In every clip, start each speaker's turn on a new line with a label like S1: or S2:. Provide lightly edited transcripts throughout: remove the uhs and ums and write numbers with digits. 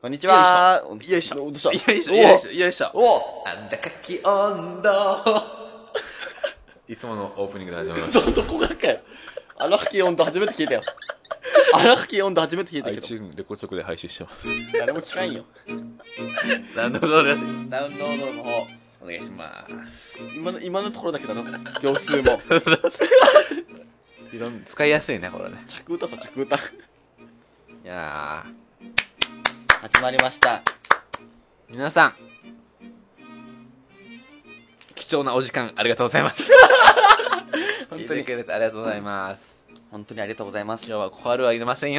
S1: こんにちは。
S2: よいしょ。
S1: どうした？
S2: よいしょ。よいしょ。よいしょ。
S1: お
S2: なんだか気温度。いつものオープニングで始まりまし
S1: どこがかよ。荒吹き温度初めて聞いたよ。荒吹き温度初めて聞いた
S2: た。
S1: けど。
S2: iTunes レコチョクで配信してます。
S1: 誰も聞かんよ。
S2: ダウンロードの方、お願いします。
S1: 今のところだけだな。行数も。
S2: 使いやすいね、これね。
S1: 着歌さ、着歌。
S2: いや
S1: 始まりました。
S2: 皆さん、貴重なお時間ありがとうございます。
S1: 本当に
S2: 聞いてくれてありがとうございます。
S1: 本当にありがとうございます。
S2: 今日は小春はいりませんよ。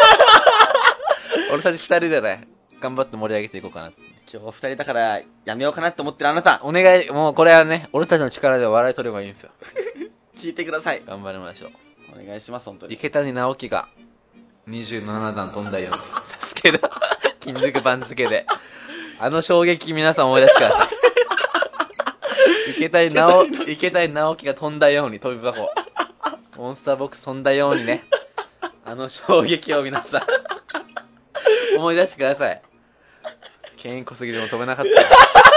S2: 俺たち二人でね、頑張って盛り上げていこうかな。
S1: 今日二人だからやめようかなって思ってるあなた、
S2: お願い、もうこれはね、俺たちの力で笑い取ればいいんですよ。
S1: 聞いてください。
S2: 頑張りましょう。
S1: お願いします、本当に。
S2: 池谷直樹が27段飛んだように、サスケの筋肉番付で。あの衝撃皆さん思い出してください。池谷直樹が飛んだように、飛び箱。モンスターボックス飛んだようにね。あの衝撃を皆さん、思い出してください。ケイン小杉でも飛べなかったよ。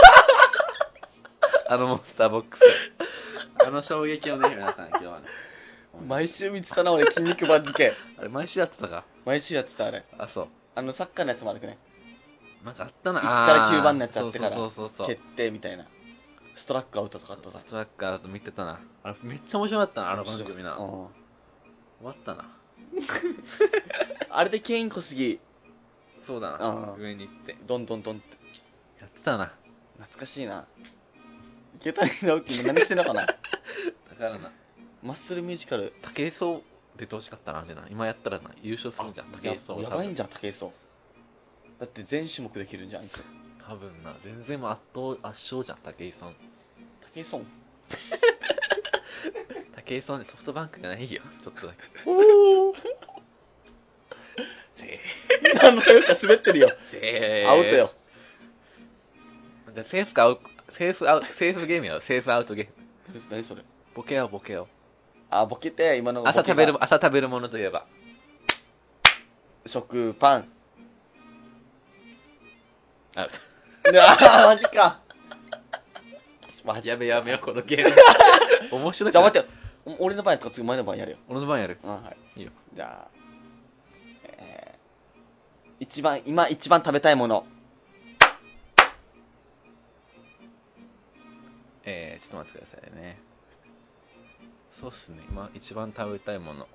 S2: あのモンスターボックス。あの衝撃をね、皆さん今日はね。
S1: 毎週見てたな、俺、筋肉番付。
S2: あれ、毎週やってたか？
S1: 毎週やってた、あれ。
S2: あ、そう。
S1: サッカーのやつもあるくね。
S2: なんかあったな。
S1: 1から9番のやつあってから、
S2: そう。
S1: 決定みたいな。ストラックアウトとかあったさ。
S2: ストラッカーと見てたな。あれ、めっちゃ面白かったな、あの番組な。
S1: うん。
S2: 終わったな。
S1: あれでケイン小杉、
S2: そうだな。上に行って。
S1: どんどんって。
S2: やってたな。
S1: 懐かしいな。池谷直樹今何してんのかな。
S2: だからな。
S1: マッスルミュージカル。
S2: 武井壮出てほしかったな、あれな。今やったらな、優勝するんじゃん、武井壮。
S1: やばいんじゃん、武井壮。だって全種目できるんじゃん、あいつ。
S2: 多分な、全然もう圧勝じゃん、武井壮。
S1: 武井壮。
S2: 武井壮ね、ソフトバンクじゃないよ、ちょっとだけ。
S1: おー。何のせいか滑ってるよ。アウトよ。
S2: じゃセーフかアウト、セーフゲームやろ、セーフアウトゲーム。
S1: 何それ。
S2: ボケよう、ボケよう。
S1: あ、ボケて、今の
S2: 朝食べるものといえば。
S1: 食パン。
S2: アウト。
S1: マジか。マジか。
S2: やめよ、このゲーム。面白い。
S1: じゃあ待ってよ。俺の番やったから次お前の番やるよ。
S2: 俺の番やる。
S1: はい。
S2: いいよ。
S1: じゃあ、今一番食べたいもの。
S2: ちょっと待ってくださいね。そうっすね。今一番食べたいもの。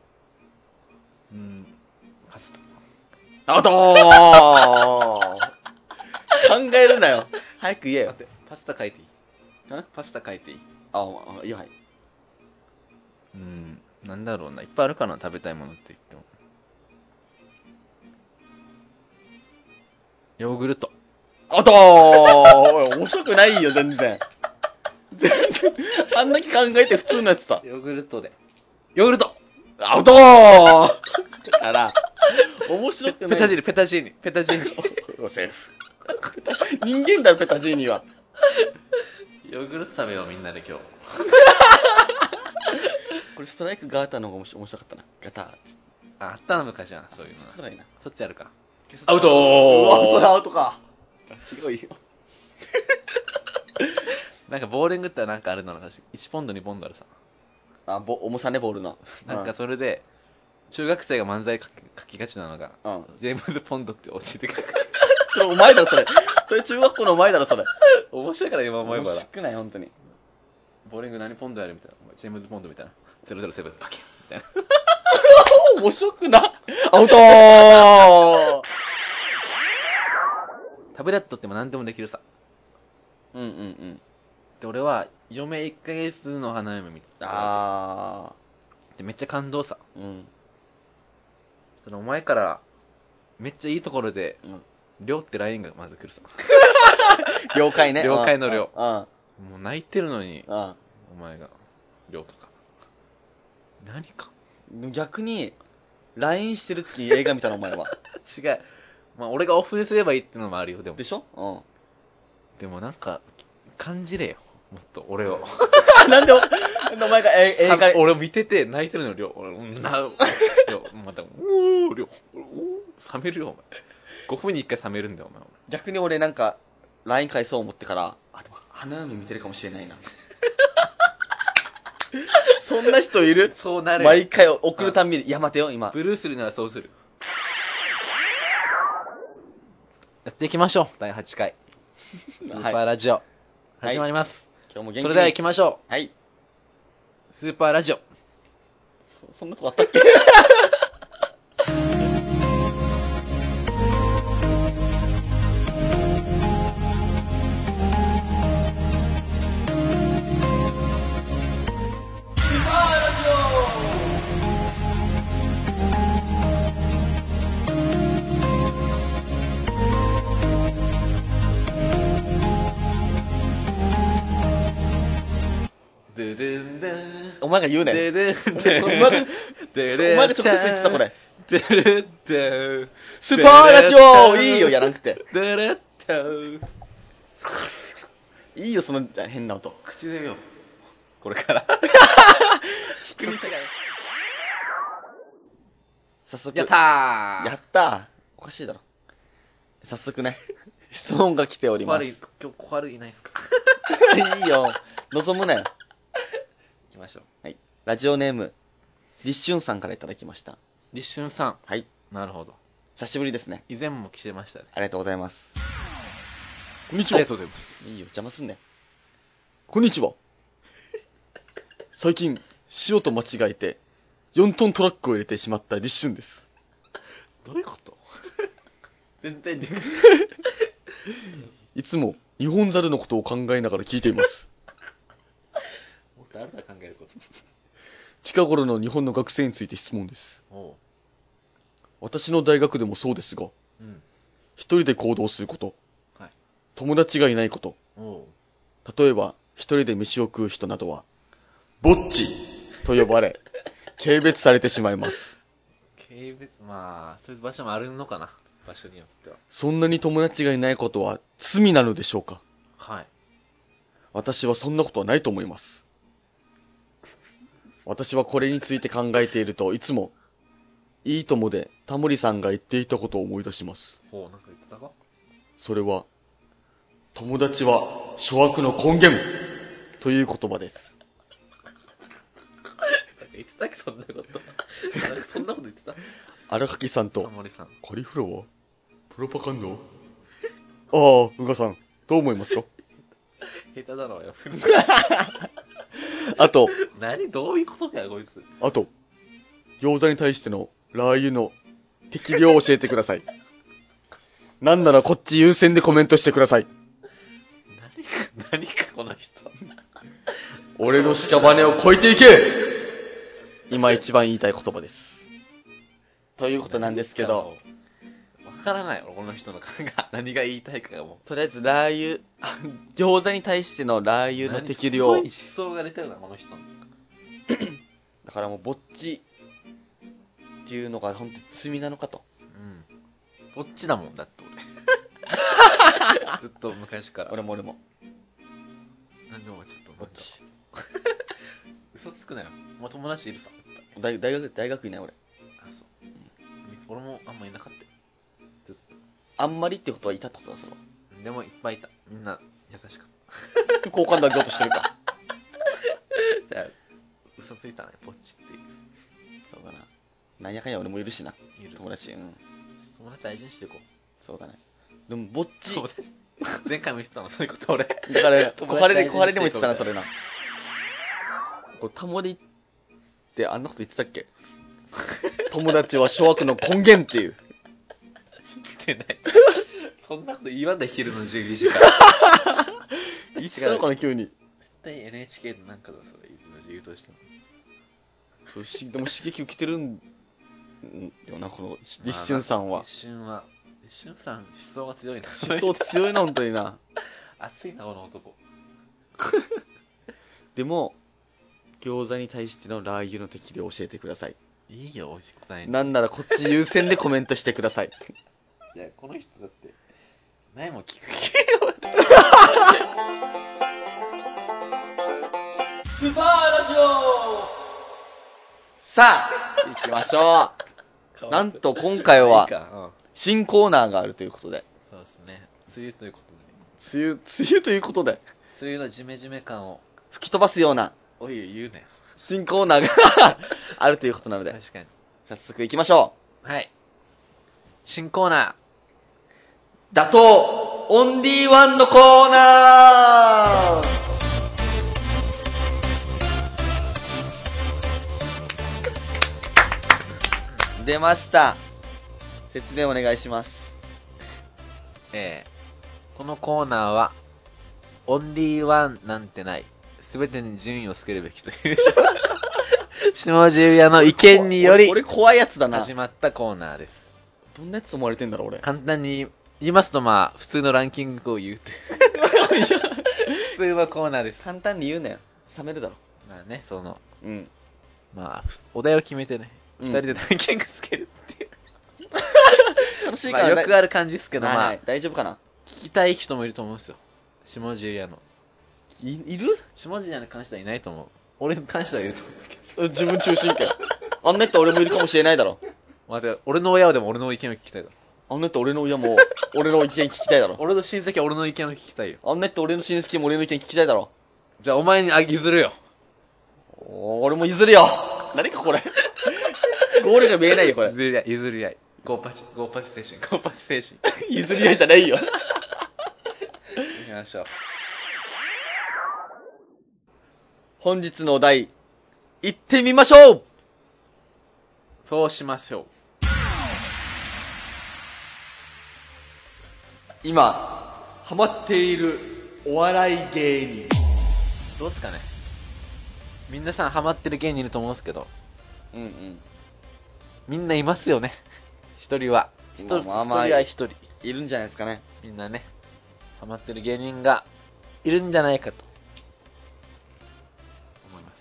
S2: パスタ。
S1: アウトー。考えるなよ。早く言えよ。
S2: パスタ書いていい？パスタ書いていい？
S1: いや、はい。
S2: なんだろうな。いっぱいあるかな、食べたいものって言っても。ヨーグルト。
S1: アウトー。面白くないよ、全然。あんだけ考えて普通のやつさ。
S2: ヨーグルトで。ヨーグルト
S1: アウトーだから、面白くない。
S2: ペタジーニ。
S1: セーフ。人間だろ、ペタジーニは。
S2: ヨーグルト食べよう、みんなで今日。
S1: これストライクガーターの方が面白かったな。ガターって。
S2: あったな、昔は。そういうの。
S1: そっちがいいな。
S2: そっちあるか。
S1: アウトー。うわ、それアウトか。違うよ。
S2: なんかボーリングってなんかあれなのかし1ポンド2ポンドあるさ。
S1: 重さね、ボールの。
S2: なんかそれで、中学生が漫才書きがちなのが、ジェームズ・ポンドって教えてくる。
S1: それお前だろ、それ。それ中学校のお前だろ、それ。
S2: 面白いから今思えばだ。
S1: 面白くない、本当に。
S2: ボーリング何ポンドやるみたいな。ジェームズ・ポンドみたいな。007バキみたいな。
S1: 面白くな。アウトー。
S2: タブレットっても何でもできるさ。で、俺は、嫁1ヶ月の花嫁見てた。で、めっちゃ感動さ。そのお前から、めっちゃいいところで、量ってラインがまず来るさ。
S1: 了解ね。
S2: 了解の量。
S1: も
S2: う泣いてるのに、お前が、量とか。何か。
S1: 逆に、LINE してる時に映画見たの、お前は。
S2: 違う。まあ、俺がオフにすればいいってのもあるよ、でも。
S1: でしょ？
S2: でもなんか、感じれよ。もっと、俺を。
S1: なんでお前が映画
S2: 俺を見てて泣いてるの、量。また、冷めるよ、お前。 5分に1回冷めるんだよお前。
S1: 逆に俺なんか LINE 返そう思ってから、あ、でも花嫁見てるかもしれないな。そんな人いる？
S2: そうなる。
S1: 毎回送るたんびに、いや待てよ今。
S2: ブルーするならそうする。やっていきましょう。第8回スーパーラジオ、始まります、
S1: 今日も元気に。
S2: それでは行きましょ
S1: う。はい。
S2: スーパーラジオ。
S1: そんなとこあったっけ？お前が言うねん。お前が直接言ってたこれ。スーパーラジオいいよやらなくて。いいよその変な音。
S2: 口で言おう。これから。
S1: 聞くに違い。早速。
S2: やったー。
S1: やったー。おかしいだろ。早速ね、質問が来ております。
S2: 今日小春いないですか？
S1: いいよ。望むね。
S2: 行きましょう。
S1: はい。ラジオネーム、立春さんからいただきました。
S2: 立春さん。
S1: はい。
S2: なるほど。
S1: 久しぶりですね。
S2: 以前も来てましたね。
S1: ありがとうございます。こんにちは。
S2: ありがとうございます。
S1: いいよ、邪魔すんね。こんにちは。最近、塩と間違えて、4トントラックを入れてしまった立春です。
S2: どういうこと？全然に。
S1: いつも、日本猿のことを考えながら聞いています。
S2: もっとあるだ考えること。
S1: 近頃の日本の学生について質問です。
S2: おう。
S1: 私の大学でもそうですが、
S2: うん。
S1: 一人で行動すること、
S2: はい。
S1: 友達がいないこと、
S2: おう。
S1: 例えば一人で飯を食う人などは、ぼっちと呼ばれ、軽蔑されてしまいます。
S2: 軽蔑、まあ、そういう場所もあるのかな。場所によっては。
S1: そんなに友達がいないことは罪なのでしょうか？
S2: はい。
S1: 私はそんなことはないと思います。私はこれについて考えているといつも、いいともでタモリさんが言っていたことを思い出します。
S2: ほう、なんか言ってたか？
S1: それは、友達は諸悪の根源という言葉です。
S2: 言ってたっけ、そんなこと。そんなこと言ってた？
S1: 荒垣さんと
S2: タモリさん。
S1: カリフラワープロパガンダああ、うがさん、どう思いますか？
S2: 下手だろうよ。
S1: あと、
S2: どういうことかよ、こいつ。
S1: あと、餃子に対してのラー油の適量を教えてください。なんならこっち優先でコメントしてください。
S2: 何かこの人。
S1: 俺の屍を超えていけ！今一番言いたい言葉です。ということなんですけど、
S2: わからないよ、この人の考え。何が言いたいかがもう。
S1: とりあえずラー油、餃子に対してのラー油の適量。
S2: すごい思想が出てるな、この人の。
S1: だからもうぼっちっていうのが本当に罪なのかと。
S2: うん。ぼっちだもんだって俺。ずっと昔から。
S1: 俺も。
S2: なんでもちょっと
S1: ぼっち。
S2: 嘘つくなよ。もう友達いるさ。
S1: 大学いない俺。
S2: あ、そう。俺もあんまいなかったよ。ずっと。
S1: あんまりってことはいたってことだ、その。
S2: でもいっぱいいた。みんな優しかった。
S1: 好感度上げようとしてるか。
S2: じゃあ、嘘ついたね、ぼっちっていう。
S1: そうだな。なんやかんや俺もいるしな。
S2: いる
S1: 友達。うん。
S2: 友達大事にしていこう。
S1: そうだね。でもぼっち。
S2: 友達。前回も言ってたの、そういうこと俺。
S1: だから、小晴れでも言ってたな、それな。これタモリってあんなこと言ってたっけ？友達は諸悪の根源っていう。
S2: 言ってない。そんなこと言わんだ、昼の12時から。
S1: 言ってたのかな、急に。
S2: 絶対 NHK のなんかだ、それ言うとしたの。
S1: でも刺激受けてるんよな、この立春さんは。
S2: 立春さん、思想が強いな。
S1: 思想強いな、本当にな。
S2: 熱いな、この男。
S1: でも、餃子に対してのラー油の適量を教えてください。
S2: いいよ、美味しくない。
S1: なんならこっち優先でコメントしてください。
S2: いや、この人だって、前も聞くよ。スーパーラジオ。
S1: さあ、行きましょう。なんと今回は、 新コーナーがあるということで。
S2: そうですね。梅雨ということ
S1: 梅雨ということで、
S2: で。梅雨のジメジメ感を、
S1: 吹き飛ばすような
S2: おい言うなよ。
S1: 新コーナーがあるということなので、
S2: 確かに。
S1: 早速行きましょ
S2: はい。新コーナー。
S1: う。打倒オンリーワンのコーナー。出ました。説明お願いします。
S2: このコーナーは、オンリーワンなんてない。すべてに順位をつけるべきという、下地屋の意見により、
S1: 俺怖いやつだな。
S2: 始まったコーナーです。
S1: どんなやつと思われてんだろう俺。
S2: 簡単に言いますと、まあ、普通のランキングを言うという。普通のコーナーです。
S1: 簡単に言うなよ。冷めるだろ。
S2: まあね、その、
S1: うん。
S2: まあ、お題を決めてね、
S1: うん
S2: 二人でランキングつけるっていう。まあ、
S1: 楽しいから
S2: よくある感じですけど、まあ
S1: はいはい、大丈夫かな。
S2: 聞きたい人もいると思うんですよ。下地屋の。
S1: いる
S2: 下地屋に関してはいないと思う。俺に関してはいると思うけど。
S1: 自分中心権。あんなって俺もいるかもしれないだろ。
S2: 待て、俺の親はでも俺の意見を聞きたいだろ。
S1: あんなって俺の親も俺の意見聞きたいだろ。
S2: 俺の親戚は俺の意見を聞きたいよ。
S1: あんなって俺の親戚も俺の意見聞きたいだろ。
S2: じゃあお前に譲るよ。
S1: 俺も譲るよ。何かこれ。ゴールが見えないよこれ。
S2: 譲り合い、譲り合い。ゴーパチ精神、ゴーパチ精神。
S1: 譲り合いじゃないよ。
S2: 行きましょう。
S1: 本日のお題、行ってみましょう。
S2: そうしましょう。
S1: 今、ハマっているお笑い芸人。
S2: どうすかね。皆さんハマってる芸人いると思うんですけど、
S1: うんうん。
S2: みんないますよね。一人は。一人
S1: まあまあ
S2: は一人。
S1: いるんじゃないですかね。
S2: みんなね、ハマってる芸人がいるんじゃないかと思います。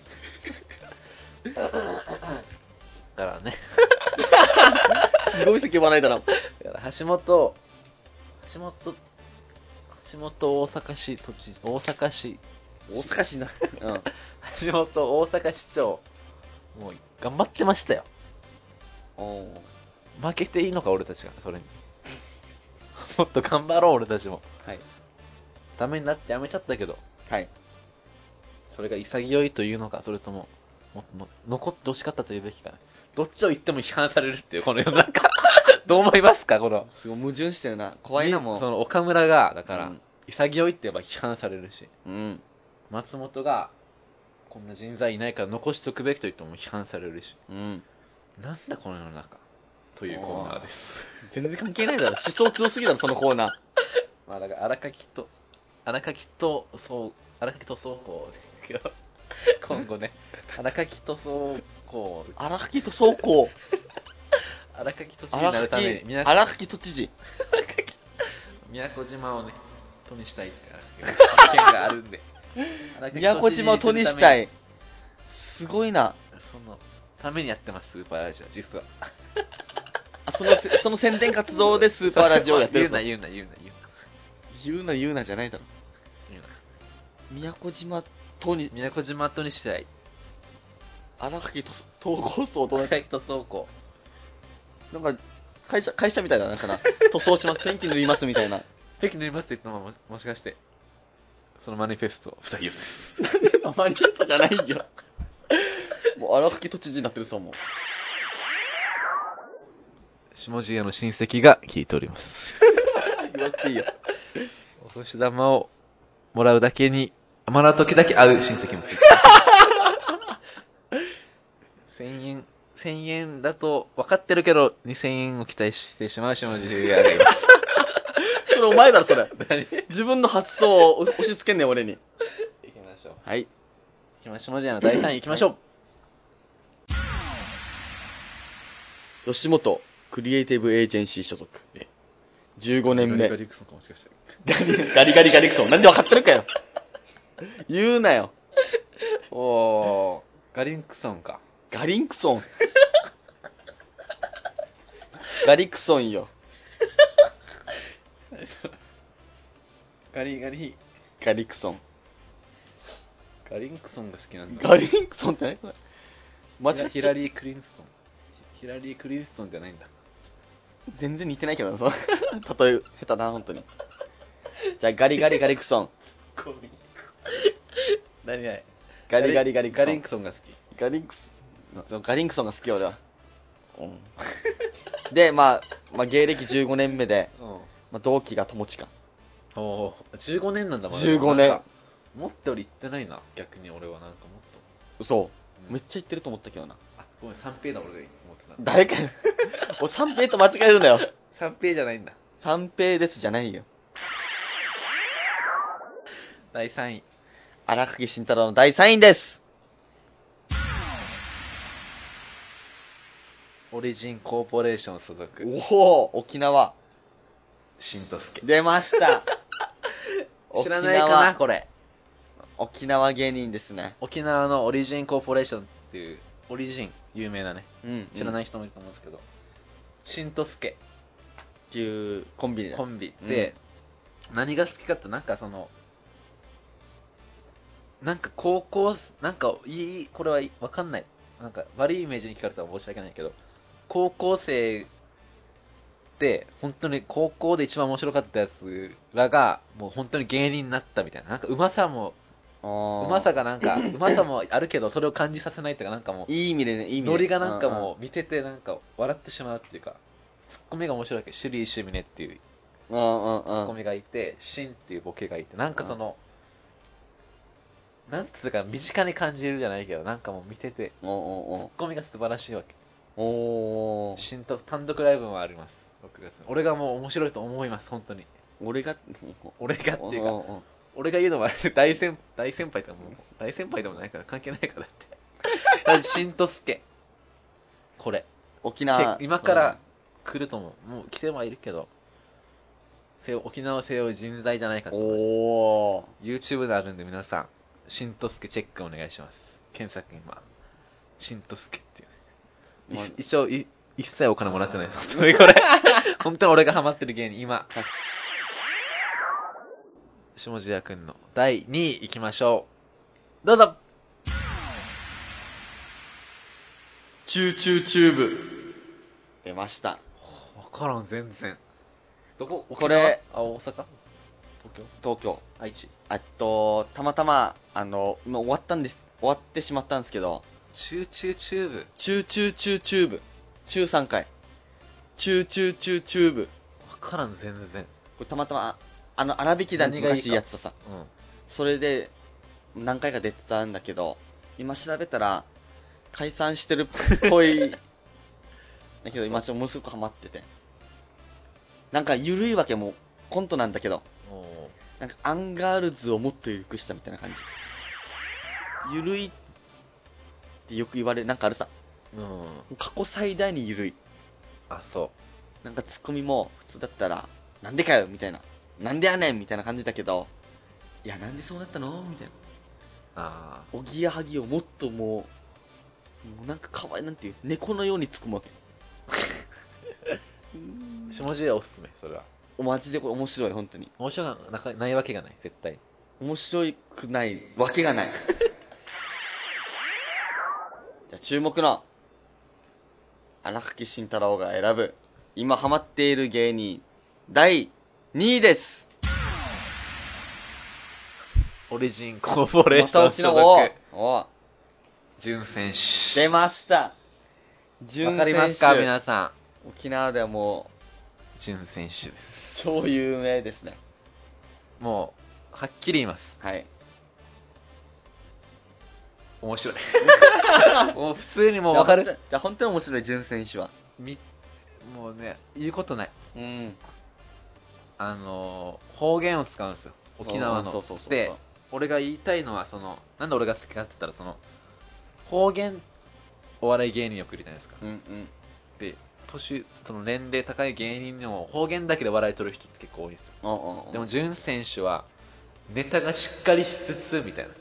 S2: だからね。
S1: すごい咳払いだな。
S2: だから橋本大阪市都知事、大阪市、
S1: 大阪市な。うん。
S2: 橋本大阪市長、もう頑張ってましたよ。
S1: おー
S2: 負けていいのか俺たちが、それに。もっと頑張ろう俺たちも。
S1: はい。
S2: ダメになってやめちゃったけど、
S1: はい。
S2: それが潔いというのか、それとも、もっと残ってほしかったと言うべきかね。どっちを言っても批判されるっていう、この世の中。どう思いますかこの。
S1: すごい矛盾してるな。怖いなもう。
S2: その岡村が、だから、
S1: うん
S2: 潔いって言えば批判されるし、
S1: うん。
S2: 松本が、こんな人材いないから残しておくべきと言っても批判されるし、
S1: うん。
S2: なんだこの世の中。というコーナーです。
S1: 全然関係ないだろ。思想強すぎだろ、そのコーナー。
S2: まあだから、荒垣と双方で、今後ね、荒垣と双方、
S1: 荒垣と走行。
S2: 荒垣都知事になるために、
S1: 荒垣都知事。
S2: 宮古島をね、都にしたいって意見があるんで。
S1: 宮古島を都にした
S2: い。
S1: い。すごいな。
S2: そのためにやってます、スーパーラジオ、実は。
S1: あその宣伝活動でスーパーラジオをやってると。
S2: 言うな。
S1: 言うなじゃないだろ。
S2: 言うな。
S1: 宮古島都に、
S2: 宮古島都にしたい。
S1: 荒垣と統合層と
S2: 荒垣と倉庫。
S1: なんか、会社みたいだな、なんかな。塗装します、ペンキ塗りますみたいな。
S2: ペンキ塗りますって言ったのもしかして、そのマニフェスト、不採用です。
S1: マニフェストじゃないよ。もう荒垣都知事になってるさ、もう。
S2: 下地屋の親戚が聞いております。
S1: 言わなくていいよ。
S2: お年玉をもらうだけに、もらう時だけ会う親戚も聞いて1000円だと分かってるけど、2000円を期待してしまう下地屋がいます。
S1: それお前だろ、それ。自分の発想を押し付けんねん、俺に。
S2: 行きましょう。
S1: はい。
S2: 行きましょう。下地屋の第3位行きましょう。
S1: 吉本クリエイティブエージェンシー所属。15年目。
S2: ガリクソンかもしかして。
S1: ガリクソン。なんで分かってるかよ。言うなよ。
S2: おー、ガリンクソンか。
S1: ガリンクソン。ガリクソンよ。
S2: ガリ
S1: ガリクソン。
S2: ガリンクソンが好きなんだ。
S1: ガリンクソンって何これ。間違っちゃ
S2: ヒラリー・クリンストン。ヒラリー・クリンストンじゃないんだ。
S1: 全然似てないけどな、その例え下手だな本当に。じゃあガリガリガリクソン。
S2: 何々
S1: ガリガリガリクソン。
S2: ガリンクソンが好き。
S1: ガリンクス、そうガリンクソンが好き俺は。で、まあ芸歴15年目で、同期が友近。
S2: おお15年なんだもん。
S1: 15年。
S2: なんかもっとより行ってないな、逆に俺はなんかもっと。
S1: 嘘、めっちゃ言ってると思ったけどな。
S2: あ、ごめん、三平だ俺が思ってた。
S1: 誰かお三平と間違えるなよ。
S2: 三平じゃないんだ。
S1: 三平ですじゃないよ。
S2: 第3位。
S1: 荒垣慎太郎の第3位です。
S2: オリジンコーポレーション所属。
S1: おお、沖縄。
S2: しんとすけ。
S1: 出ました。
S2: 知らないかな、これ。
S1: 沖縄芸人ですね。
S2: 沖縄のオリジンコーポレーションっていう、オリジン、有名なね。知ら
S1: い
S2: ない人もいると思うんですけど。しんとすけ。
S1: っていうコンビで。
S2: コンビで、何が好きかってなんかその、なんか高校、なんかこれはわかんない。なんか悪いイメージに聞かれたら申し訳ないけど、高校生で本当に高校で一番面白かったやつらがもう本当に芸人になったみたいな。なんかうまさがなんかうまさもあるけどそれを感じさせないっていうか、なんかもう
S1: いい意味でね、いい意味で。
S2: ノリがなんかもう見ててなんか笑ってしまうっていうか、ツッコミが面白いけど、シュリーシュミネっていうツッコミがいて、シンっていうボケがいて、なんかその、なんつうか身近に感じるじゃないけど、なんかもう見ててツッコミが素晴らしいわけ。シンと単独ライブもあります、6月。俺がもう面白いと思います、本当に。俺がっていうか、俺が言うのもあれ、大先輩とかもう大先輩でもないから関係ないからって。しんとすけ、これ
S1: 沖縄
S2: 今から来ると思う。もう来てはいるけど、沖縄を背負う人材じゃないかと思います。YouTube であるんで皆さん、しんとすけチェックお願いします。検索今、しんとすけっていう。一応一切お金もらってないです。本当にこれ本当に俺がハマってる芸人今。下地屋くんの第2位いきましょう。どうぞ。
S1: チューチューチューブ出ました。
S2: 分からん、全然。どこ？
S1: これ
S2: 大阪？
S1: 東京
S2: 愛知。
S1: たまたま今終わってしまったんですけど、
S2: チューチューチューブ、
S1: チューチューチューチューブ、週3回チューチューチューチューブ。
S2: 分からん、全然。
S1: これたまたま荒引き団って昔やってたさ、それで何回か出てたんだけど、今調べたら解散してるっぽいだけど、今ちょっとものすごくハマってて、なんか緩いわけ、もコントなんだけど、なんかアンガールズをもっと緩くしたみたいな感じ。緩いってよく言われる、なんかあるさ、過去最大に緩い。
S2: あ、そう。
S1: なんかツッコミも普通だったらなんでかよみたいな、なんでやねんみたいな感じだけど、いやなんでそうなったのみたいな、おぎやはぎをもっともうなんかかわいい、なんていう、猫のように突っ込むわけ。
S2: 下地屋おすすめ、それは。
S1: マジでこれ面白い、本当に。
S2: 面白くないわけがない、絶対。
S1: 面白くないわけがない。じゃあ注目の荒垣慎太郎が選ぶ今ハマっている芸人第2位です。
S2: オリジンコーポレーション所属、潤選手。
S1: 出ました。
S2: わかりますか皆さ
S1: ん。沖縄ではも
S2: う潤選手です。
S1: 超有名ですね。
S2: もうはっきり言います。
S1: はい。
S2: 面白い。もう普通にもう分かる。
S1: じゃあ本当に面白い、潤選手は。
S2: もうね、言うことない。
S1: うん。
S2: 方言を使うんですよ、沖縄の。で、俺が言いたいのは、なんで俺が好きかって言ったら、方言お笑い芸人を送りたいですか。で、年齢高い芸人でも方言だけで笑い取る人って結構多いんですよ。でも潤選手はネタがしっかりしつつみたいな。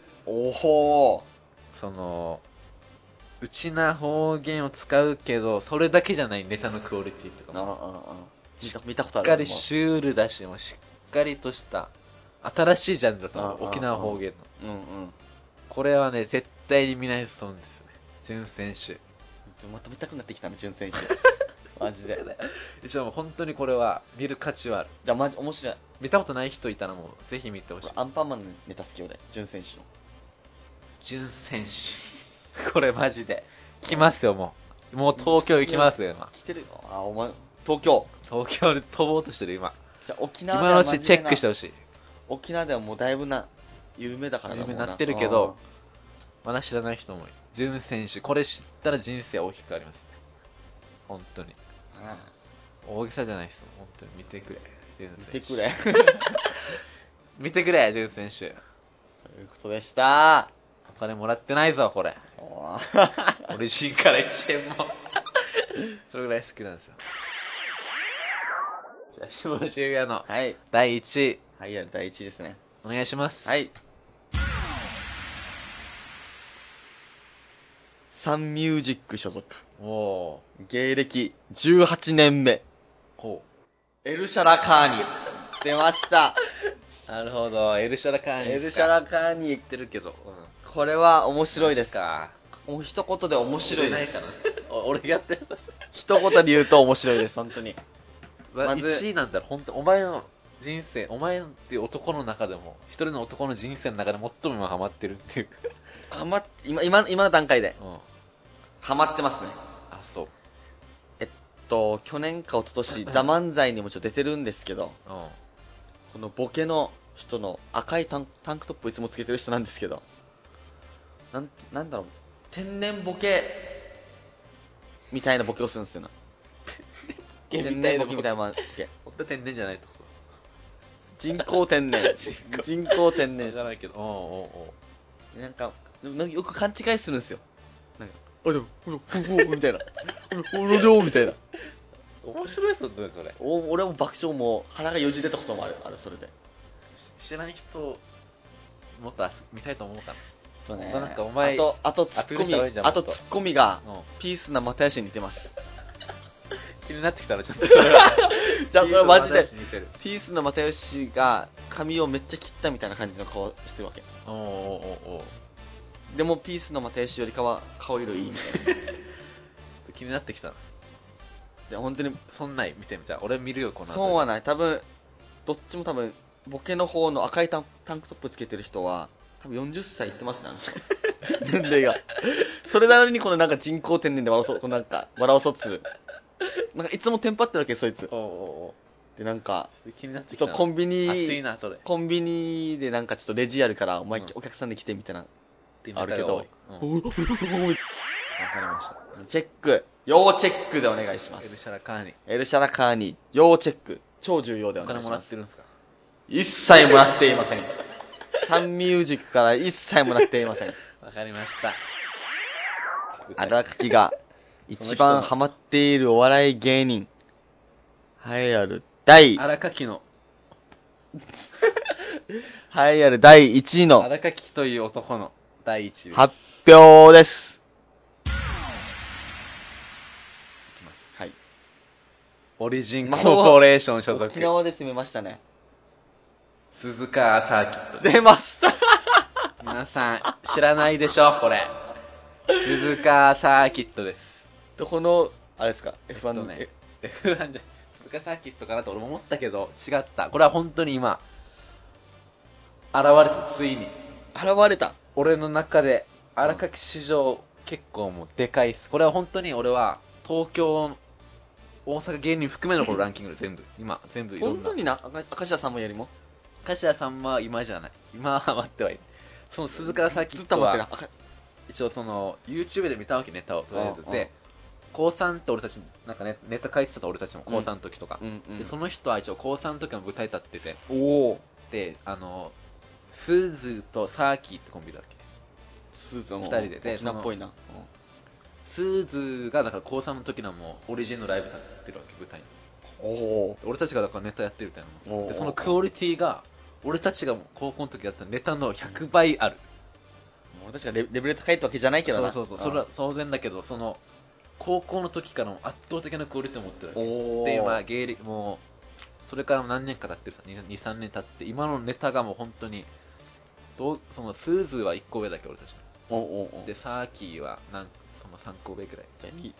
S2: うちな方言を使うけどそれだけじゃないネタのクオリティとかも
S1: 見たことある。
S2: しっかりシュールだし、もうしっかりとした新しいジャンルだと思う、沖縄方言の。これはね、絶対に見ない損ですね、潤選手。
S1: また見たくなってきたな、潤選手。 マジで。
S2: 一応本当にこれは見る価値はある。
S1: じゃあマジ面白い。
S2: 見たことない人いたらもうぜひ見てほしい。
S1: アンパンマンのネタ好きよ俺、潤選手の。
S2: 潤選手これマジで来ますよ。もう東京行きますよ今。
S1: 来てるよ。あ、お前、東京。
S2: 東京で飛ぼうとしてる今。
S1: じゃあ沖縄
S2: 今
S1: では
S2: のうちチェックしてほしい。
S1: 沖縄ではもうだいぶ有名だからな。
S2: 有名になってるけど、まだ知らない人もいる。潤選手、これ知ったら人生大きく変わりますね。本当に。大げさじゃないです。本当に見てくれ。
S1: 見てくれ。
S2: 見てくれ、潤選手。
S1: ということでした。
S2: お金もらってないぞ、これ。
S1: お
S2: オリジンから1円も。それぐらい好きなんですよ。じゃあ、下渋谷の
S1: はい。
S2: 第1位。
S1: はい、やる第1位ですね。
S2: お願いします。
S1: はい。サンミュージック所属。
S2: お
S1: 芸歴18年目。
S2: ほ
S1: エルシャラカーニ。出ました。
S2: う。なるほど。エルシャラカーニ。
S1: エルシャラカーニ
S2: 知っ。てるけど。
S1: これは面白いです。
S2: か。
S1: もう一言で面白いです。
S2: ないかな。俺がやってるさ。
S1: 一言で言うと面白いです、本当に。まず
S2: 1位なんだら本当お前の人生、お前っていう男の中でも、一人の男の人生の中で最も今ハマってるっていう。
S1: 今の段階で、
S2: うん。
S1: ハマってますね。
S2: あ、そう。
S1: 去年か一昨年、ザ・漫才にもちょっと出てるんですけど、
S2: うん。
S1: このボケの人の赤いタンクトップをいつもつけてる人なんですけど、なんだろう、天然ボケみたいなボケをするんですよな。天然ボケみたいなボケ。
S2: 本当天然じゃないってこと
S1: 人工天然。人工天然
S2: じゃないけど。おうおうおう。
S1: なんかよく勘違いするんですよ。なんか、あ、でも、みたいな。みたいな。
S2: 面白いっすよね、それ。
S1: 俺も爆笑も腹がよじ出たこともある、それで。
S2: 知らない人、もっと見たいと思うかな。
S1: ね、
S2: なんかお前
S1: あとツッコミ、
S2: アピールした方がいいんじゃん
S1: あとツッコミが、
S2: うん
S1: ピースな又吉に似てます。
S2: 気になってきたらちょっとそれは。
S1: じゃあこれマジで
S2: ピースの話に似てる。
S1: ピースの又吉が髪をめっちゃ切ったみたいな感じの顔してるわけ。
S2: おうおうおうおう。
S1: でもピースの又吉よりかは顔色いいみたいな。
S2: 気になってきたな。
S1: で本当に
S2: そんない見てみ。じゃあ俺見るよ、この後。
S1: そうはない。多分どっちも多分ボケの方の赤いタンクトップつけてる人は多分40歳いってますね、あの人。年齢が。それなのにこのなんか人工天然で笑わそうとする。なんかいつもテンパってるわけ、そいつ。
S2: おうおうおう。
S1: でなんか
S2: ちょっと気になってきたな。
S1: ちょっとコンビ
S2: 熱いな、それ。
S1: コンビニでなんかちょっとレジやるからお前、
S2: うん
S1: お客さんで来てみたいな
S2: っていう
S1: あるけど、
S2: うんわかりました。
S1: チェック要チェックでお願いしま
S2: エルシ
S1: す。
S2: ャラカーニ。
S1: エルシャラカーニ要チェック超重要でお
S2: お金
S1: 願いします。
S2: もらってるんですか？
S1: 一切もらっていません。サンミュージックから一切もらっていません。
S2: わかりました。
S1: 荒垣が一番ハマっているお笑い芸人栄えある第
S2: 荒垣の、
S1: 栄えある第1位の
S2: 荒垣という男の第一位です。
S1: 発表です。
S2: いきます。
S1: はい。
S2: オリジンコーポレーション所属。
S1: 沖縄で攻めましたね。
S2: 鈴川サーキットです。
S1: 出ました。
S2: 皆さん知らないでしょこれ。鈴川サーキットです。
S1: どこのあれですか F1 の
S2: ね。F1 で鈴川サーキットかなと俺も思ったけど違った。これは本当に今現れた。ついに
S1: 現れた。
S2: 俺の中で荒垣史上結構もうでかいっす。これは本当に俺は東京大阪芸人含めのこのランキングで全部今全部いろんな。
S1: 本当にな明石家さんもよりも
S2: 柏さんは今じゃない。今は待ってはいる。その鈴川サーキ
S1: ず
S2: ットは
S1: っと待ってる。
S2: 一応その YouTube で見たわけ、ネタをとりあえず
S1: うんうん
S2: で高3って俺たちなんかねネタ書いてた俺たちも高3の時とか、
S1: うんうん。
S2: でその人は一応高3の時の舞台立ってて、
S1: おお。
S2: でスーズとサーキーってコンビだっけ。
S1: スーツの
S2: 二人で
S1: 沖縄っぽいな。
S2: スーズがだから高3の時のもうオリジンのライブ立ってるわけ、舞台に。
S1: おお。
S2: 俺たちがだからネタやってるみたいなもん
S1: おー
S2: で、そのクオリティが俺たちが高校の時やったネタの100倍ある。
S1: 俺たちがレベル高いってわけじゃないけどな。
S2: そうそれは当然だけど、その高校の時からの圧倒的なクオリティを持ってるわけ
S1: おお。
S2: で、今芸歴もうそれからも何年か経ってるさ、2、3年経って今のネタがもう本当にそのスーズは1個上だけ俺たちの
S1: おおお。
S2: でサーキーはその3個上ぐらい
S1: じゃあ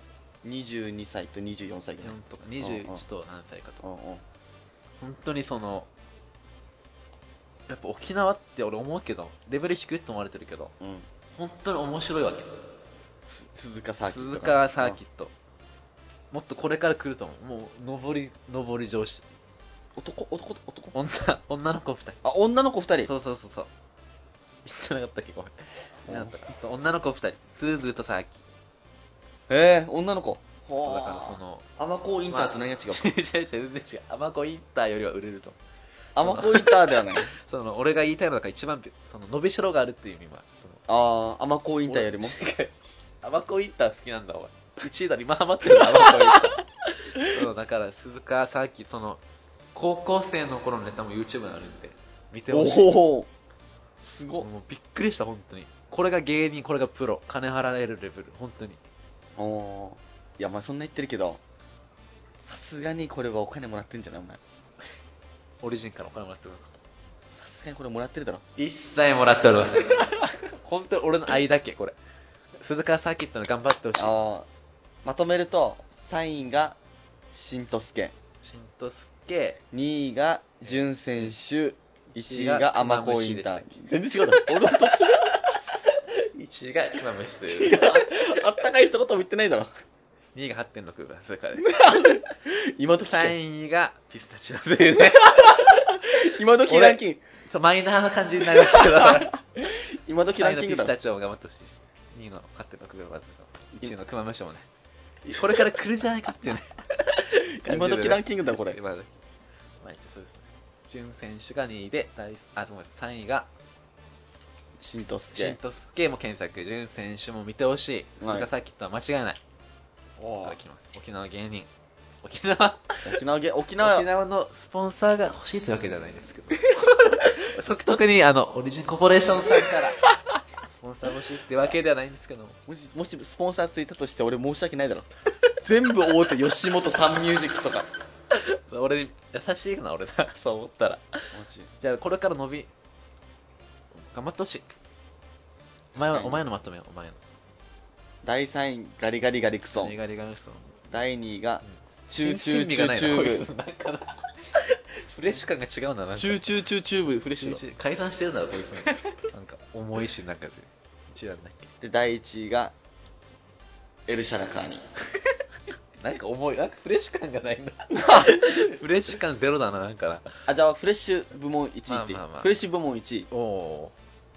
S1: 22歳と24歳ぐらい。
S2: 4とか21と何歳かとか、
S1: うんうん。
S2: 本当にそのやっぱ沖縄って俺思うけどレベル低いと思われてるけど
S1: うん。
S2: 本当に面白いわけ。
S1: 鈴鹿サーキット。
S2: 鈴鹿サーキット、もっとこれから来ると思う。もう上り上司、
S1: 男
S2: 女の子2人。
S1: あ、女の子2人。
S2: そう言ってなかったっけ、ごめん。なんだそう女の子2人、スーズーとサーキ。
S1: 女の子。
S2: そうだからその
S1: アマコインターと何が違うか。
S2: 違う全然違う。アマコインターよりは売れると思う。
S1: アマコインターではない。
S2: その俺が言いたいのが一番その伸びしろがあるっていう意味はその
S1: アマコインターよりも。
S2: アマコインター好きなんだお前。1位だろ今ハマってるのアマコインター。そうだから鈴鹿サーキその高校生の頃のネタも YouTube にあるんで見てほしい。
S1: おお、すごっ。
S2: もうびっくりした本当に。これが芸人、これがプロ、金払えるレベル、本当に。
S1: おお。いや、まあそんな言ってるけど、さすがにこれはお金もらってんじゃないお前。
S2: オリジンからお金もらってるのか。
S1: さすがにこれもらってるだろ。
S2: 一切もらっておりません。本当に俺の愛だけこれ。鈴鹿サーキットの頑張ってほしい。
S1: まとめると、3位がしんとすけ、
S2: しんとすけ、
S1: 2位がじゅん選手、1位がアマコインター。全然違うだろ。俺のどっちが
S2: 1位がクマムシという。
S1: あったかい一言も言ってないだろ。
S2: 2位が 8.6 がそれからで。
S1: 今時
S2: 3位がピスタチオというね。
S1: 今時ランキング。
S2: マイナーな感じになりましたけど。
S1: 今時ランキングだろ。
S2: ピスタチオも頑張ってほしいし。2位の 8.6 がまず1位のクマムシもね。これから来るんじゃないかっていうね。
S1: 今時ランキングだこれ。
S2: 今時。まあ一応そうですね。ジュン選手が2位で、3位が
S1: しんとす
S2: しん
S1: け。
S2: とすけも検索。ジュン選手も見てほしい。鈴鹿サーキットは間違いない。から来ます。沖縄芸人。沖縄のスポンサーが欲しいというわけじゃないですけど。特にオリジンコーポレーションさんからスポンサー欲しいってわけではないんですけども。
S1: もしスポンサーついたとして俺申し訳ないだろ。全部大手吉本サンミュージックとか。
S2: 俺に優しいな俺な。そう思ったら。じゃあこれから頑張ってほしい。お前のまとめよう。お前の
S1: 第3位ガリガリガリクソン。第2位がチューチューチューチューブ。
S2: なんかなフレッシュ感が違うな。
S1: チューチューチューチューブフレッシュだ。
S2: 解散してるんだろこいつ。なんか重いしなんか一覧だっけ。
S1: で第1位がエルシャラカーニ。
S2: なんか重い。なんかフレッシュ感がないんだ。フレッシュ感ゼロだななんかな。
S1: じゃあフレッシュ部門1位っていい。フレッシュ部門1位。
S2: おお。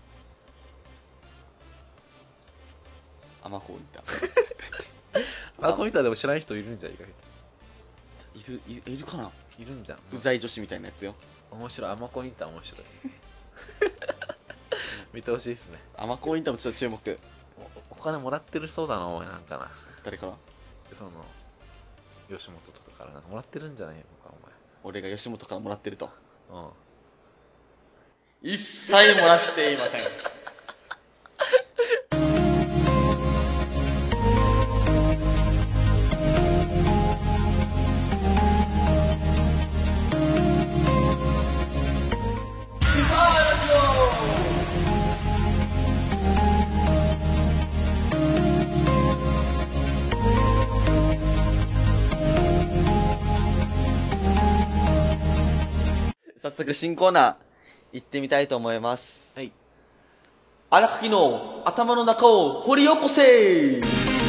S1: アマコインタ
S2: ー。アマコインターでも知らない人いるんじゃん意外
S1: と。いるかな。
S2: いるんじゃん。
S1: うざい女子みたいなやつよ。
S2: 面白い。アマコインター面白い。見てほしいですね。
S1: アマコインターもちょっと注目。
S2: お金もらってるそうだなお前なんかな。
S1: 誰から？
S2: その吉本とかからなんかもらってるんじゃないのかお前。
S1: 俺が吉本からもらってると。
S2: うん。
S1: 一切もらっていません。早速新コーナー行ってみたいと思います。
S2: はい。
S1: 荒垣の頭の中を掘り起こせ。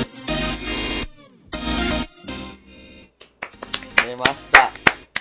S1: 出ました。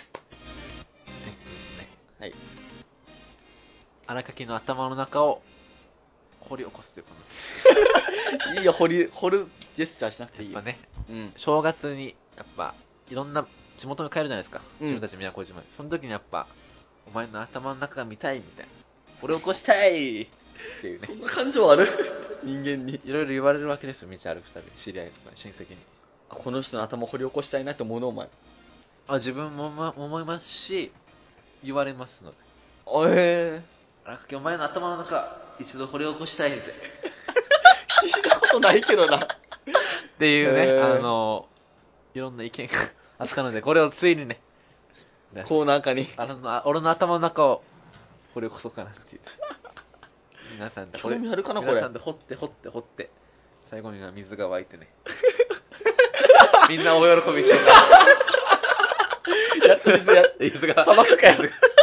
S2: ですね。
S1: はい。
S2: 荒垣の頭の中を掘り起こすというこ
S1: いいよ、掘るジェスチャーしなくていいよ。
S2: やっぱね、
S1: うん。
S2: 正月にやっぱいろんな地元に帰るじゃないですか。
S1: うん
S2: 自分たち宮古島に。その時にやっぱお前の頭の中が見たいみたいな。掘り起こしたいっていうね。
S1: そんな感情ある人間に。
S2: いろいろ言われるわけですよ。道歩くたび知り合いとか親戚に。
S1: この人の頭掘り起こしたいなって思うのお前。
S2: 自分も思いますし、言われますので。荒垣お前の頭の中一度掘り起こしたいぜ。
S1: 聞いたことないけどな。
S2: っていうね、いろんな意見があったので、これをついにね、
S1: コーナー化に。
S2: 俺の頭の中を掘り起こそうかなっていう。皆さんで
S1: 興味あるかなこれ。
S2: 皆さんで掘って、最後には水が湧いてね。 みんな大喜びしよ
S1: やっと水や、
S2: う。水が、
S1: 砂漠かよ。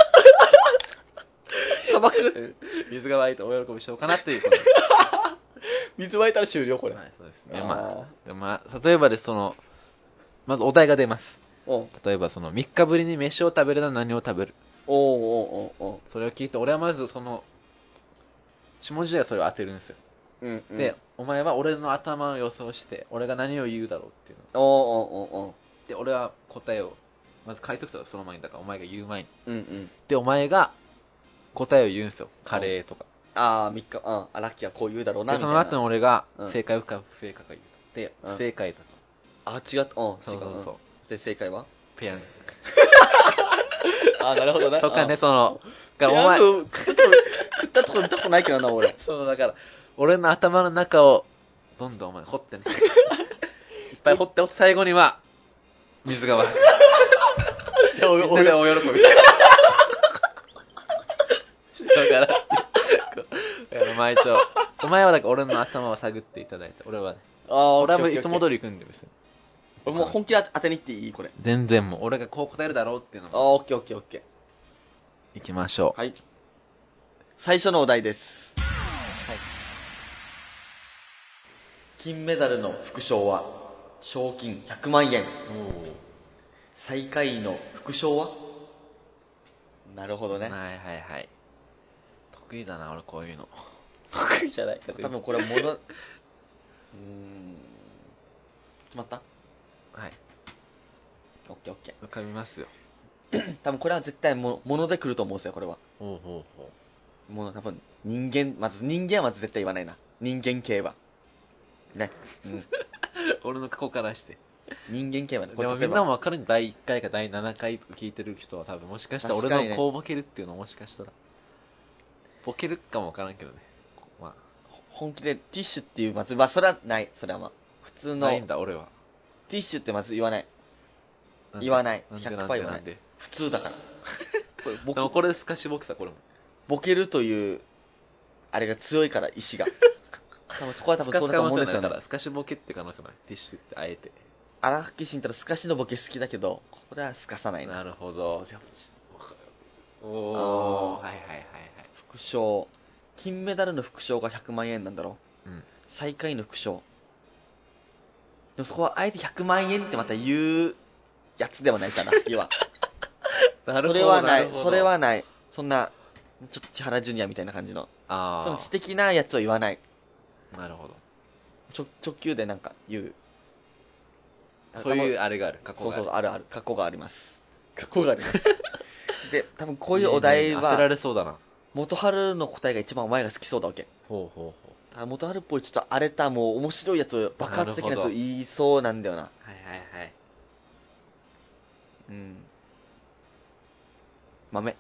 S1: 砂漠
S2: 水が湧いて大喜びしようかなっていう。
S1: 水湧いたら終了これ。
S2: はい、そうですね。
S1: あ
S2: 例えばでまずお題が出ます。
S1: おう
S2: 例えば3日ぶりに飯を食べるなら何を食べる。
S1: おうおうおうおう
S2: それを聞いて、俺はまず下地でそれを当てるんですよ。
S1: うんうん。
S2: で、お前は俺の頭を予想して、俺が何を言うだろうっていうの。
S1: おうおうおうおう
S2: で、俺は答えを、まず書いとくとその前に、だからお前が言う前に。
S1: うんうん。
S2: で、お前が答えを言うんですよ。カレーとか。
S1: ああ、3日、ラッキーはこう言うだろうな、
S2: で、そ
S1: みたいな。
S2: の後に俺が
S1: うん
S2: 正解か不正解か言うと。で、
S1: うん
S2: 不正解だと。
S1: あ、違った、違う。
S2: そうそうそう
S1: そして正解は
S2: ペヤング。
S1: ああ、なるほどね。
S2: とかね、
S1: うん
S2: だからお前、
S1: ペヤング食ったとこ見たことないけどな、俺。
S2: だから、俺の頭の中を、どんどんお前掘ってね。いっぱい掘って、最後には、水が湧く。みんなで大喜び。だからお前はだから俺の頭を探っていただいて、俺はね、俺はもういつも通り行くんでですよ。
S1: 俺もう本気で当てに行っていいこれ。
S2: 全然もう、俺がこう答えるだろうっていうの
S1: ああ、
S2: を、
S1: オッケーオッケーオッケー。
S2: 行きましょう。
S1: はい。最初のお題です。
S2: はい。
S1: 金メダルの副賞は、賞金100万円。
S2: お
S1: 最下位の副賞はなるほどね。
S2: はいはいはい。得意だな、俺こういうの。得意じゃないか
S1: 多分これ決まった
S2: はい。
S1: オッケーオッケ
S2: 浮かびますよ。
S1: ー。多分これは絶対もので来ると思うんですよ、これは。
S2: ほうほうほ
S1: もう多分人間はまず絶対言わないな。人間系は。ね。うん。
S2: う。俺の過去からして。
S1: 人間系はね。こ
S2: で
S1: れ例えば
S2: もみんなも分かるん第1回か第7回とか聞いてる人は多分もしかしたら俺
S1: 確かにね
S2: のこうボケるっていうのもしかしたらボケるかも分からんけどね。ま
S1: 本気でティッシュっていう、まず、それはない。それは普通
S2: あ、
S1: の
S2: ないんだ俺は。
S1: ティッシュってまず言わない。
S2: なんで
S1: 言わない。
S2: なんで
S1: 100%
S2: なん
S1: 言わない。
S2: でなんで。
S1: 普通だから。これ
S2: でもこれで透かしボケさ、これも。
S1: ボケるという、あれが強いから、意志が。多分そこは多分そうだと思うんですよね
S2: だか。ら透かしボケって可能性もない。ティッシュってあえて。
S1: 荒木慎太郎、すかしのボケ好きだけど、ここではすかさないな。
S2: なるほど。おお、はいはいはいはい。
S1: 副賞。金メダルの副賞が100万円なんだろう。
S2: うん。
S1: 最下位の副賞。でもそこはあえて100万円ってまた言うやつではないかな、次は。それはない。それはない。そんな、ちょっと千原ジュニアみたいな感じの。
S2: ああ。
S1: その知的なやつを言わない。
S2: なるほど。
S1: 直球でなんか言う。
S2: そういうあれがある。過去がある。
S1: そうそう、あるある。過去があります。過去があります。で、多分こういうお題
S2: 当てら
S1: は、
S2: れそうだな。
S1: 元春の答えが一番お前が好きそうだわけ。
S2: ほうほうほ
S1: だから元春っぽいちょっと荒れたもう面白いやつを、爆発的なやつを
S2: なるほど
S1: 言いそうなんだよな。
S2: う。はいはいはい。
S1: うん。豆。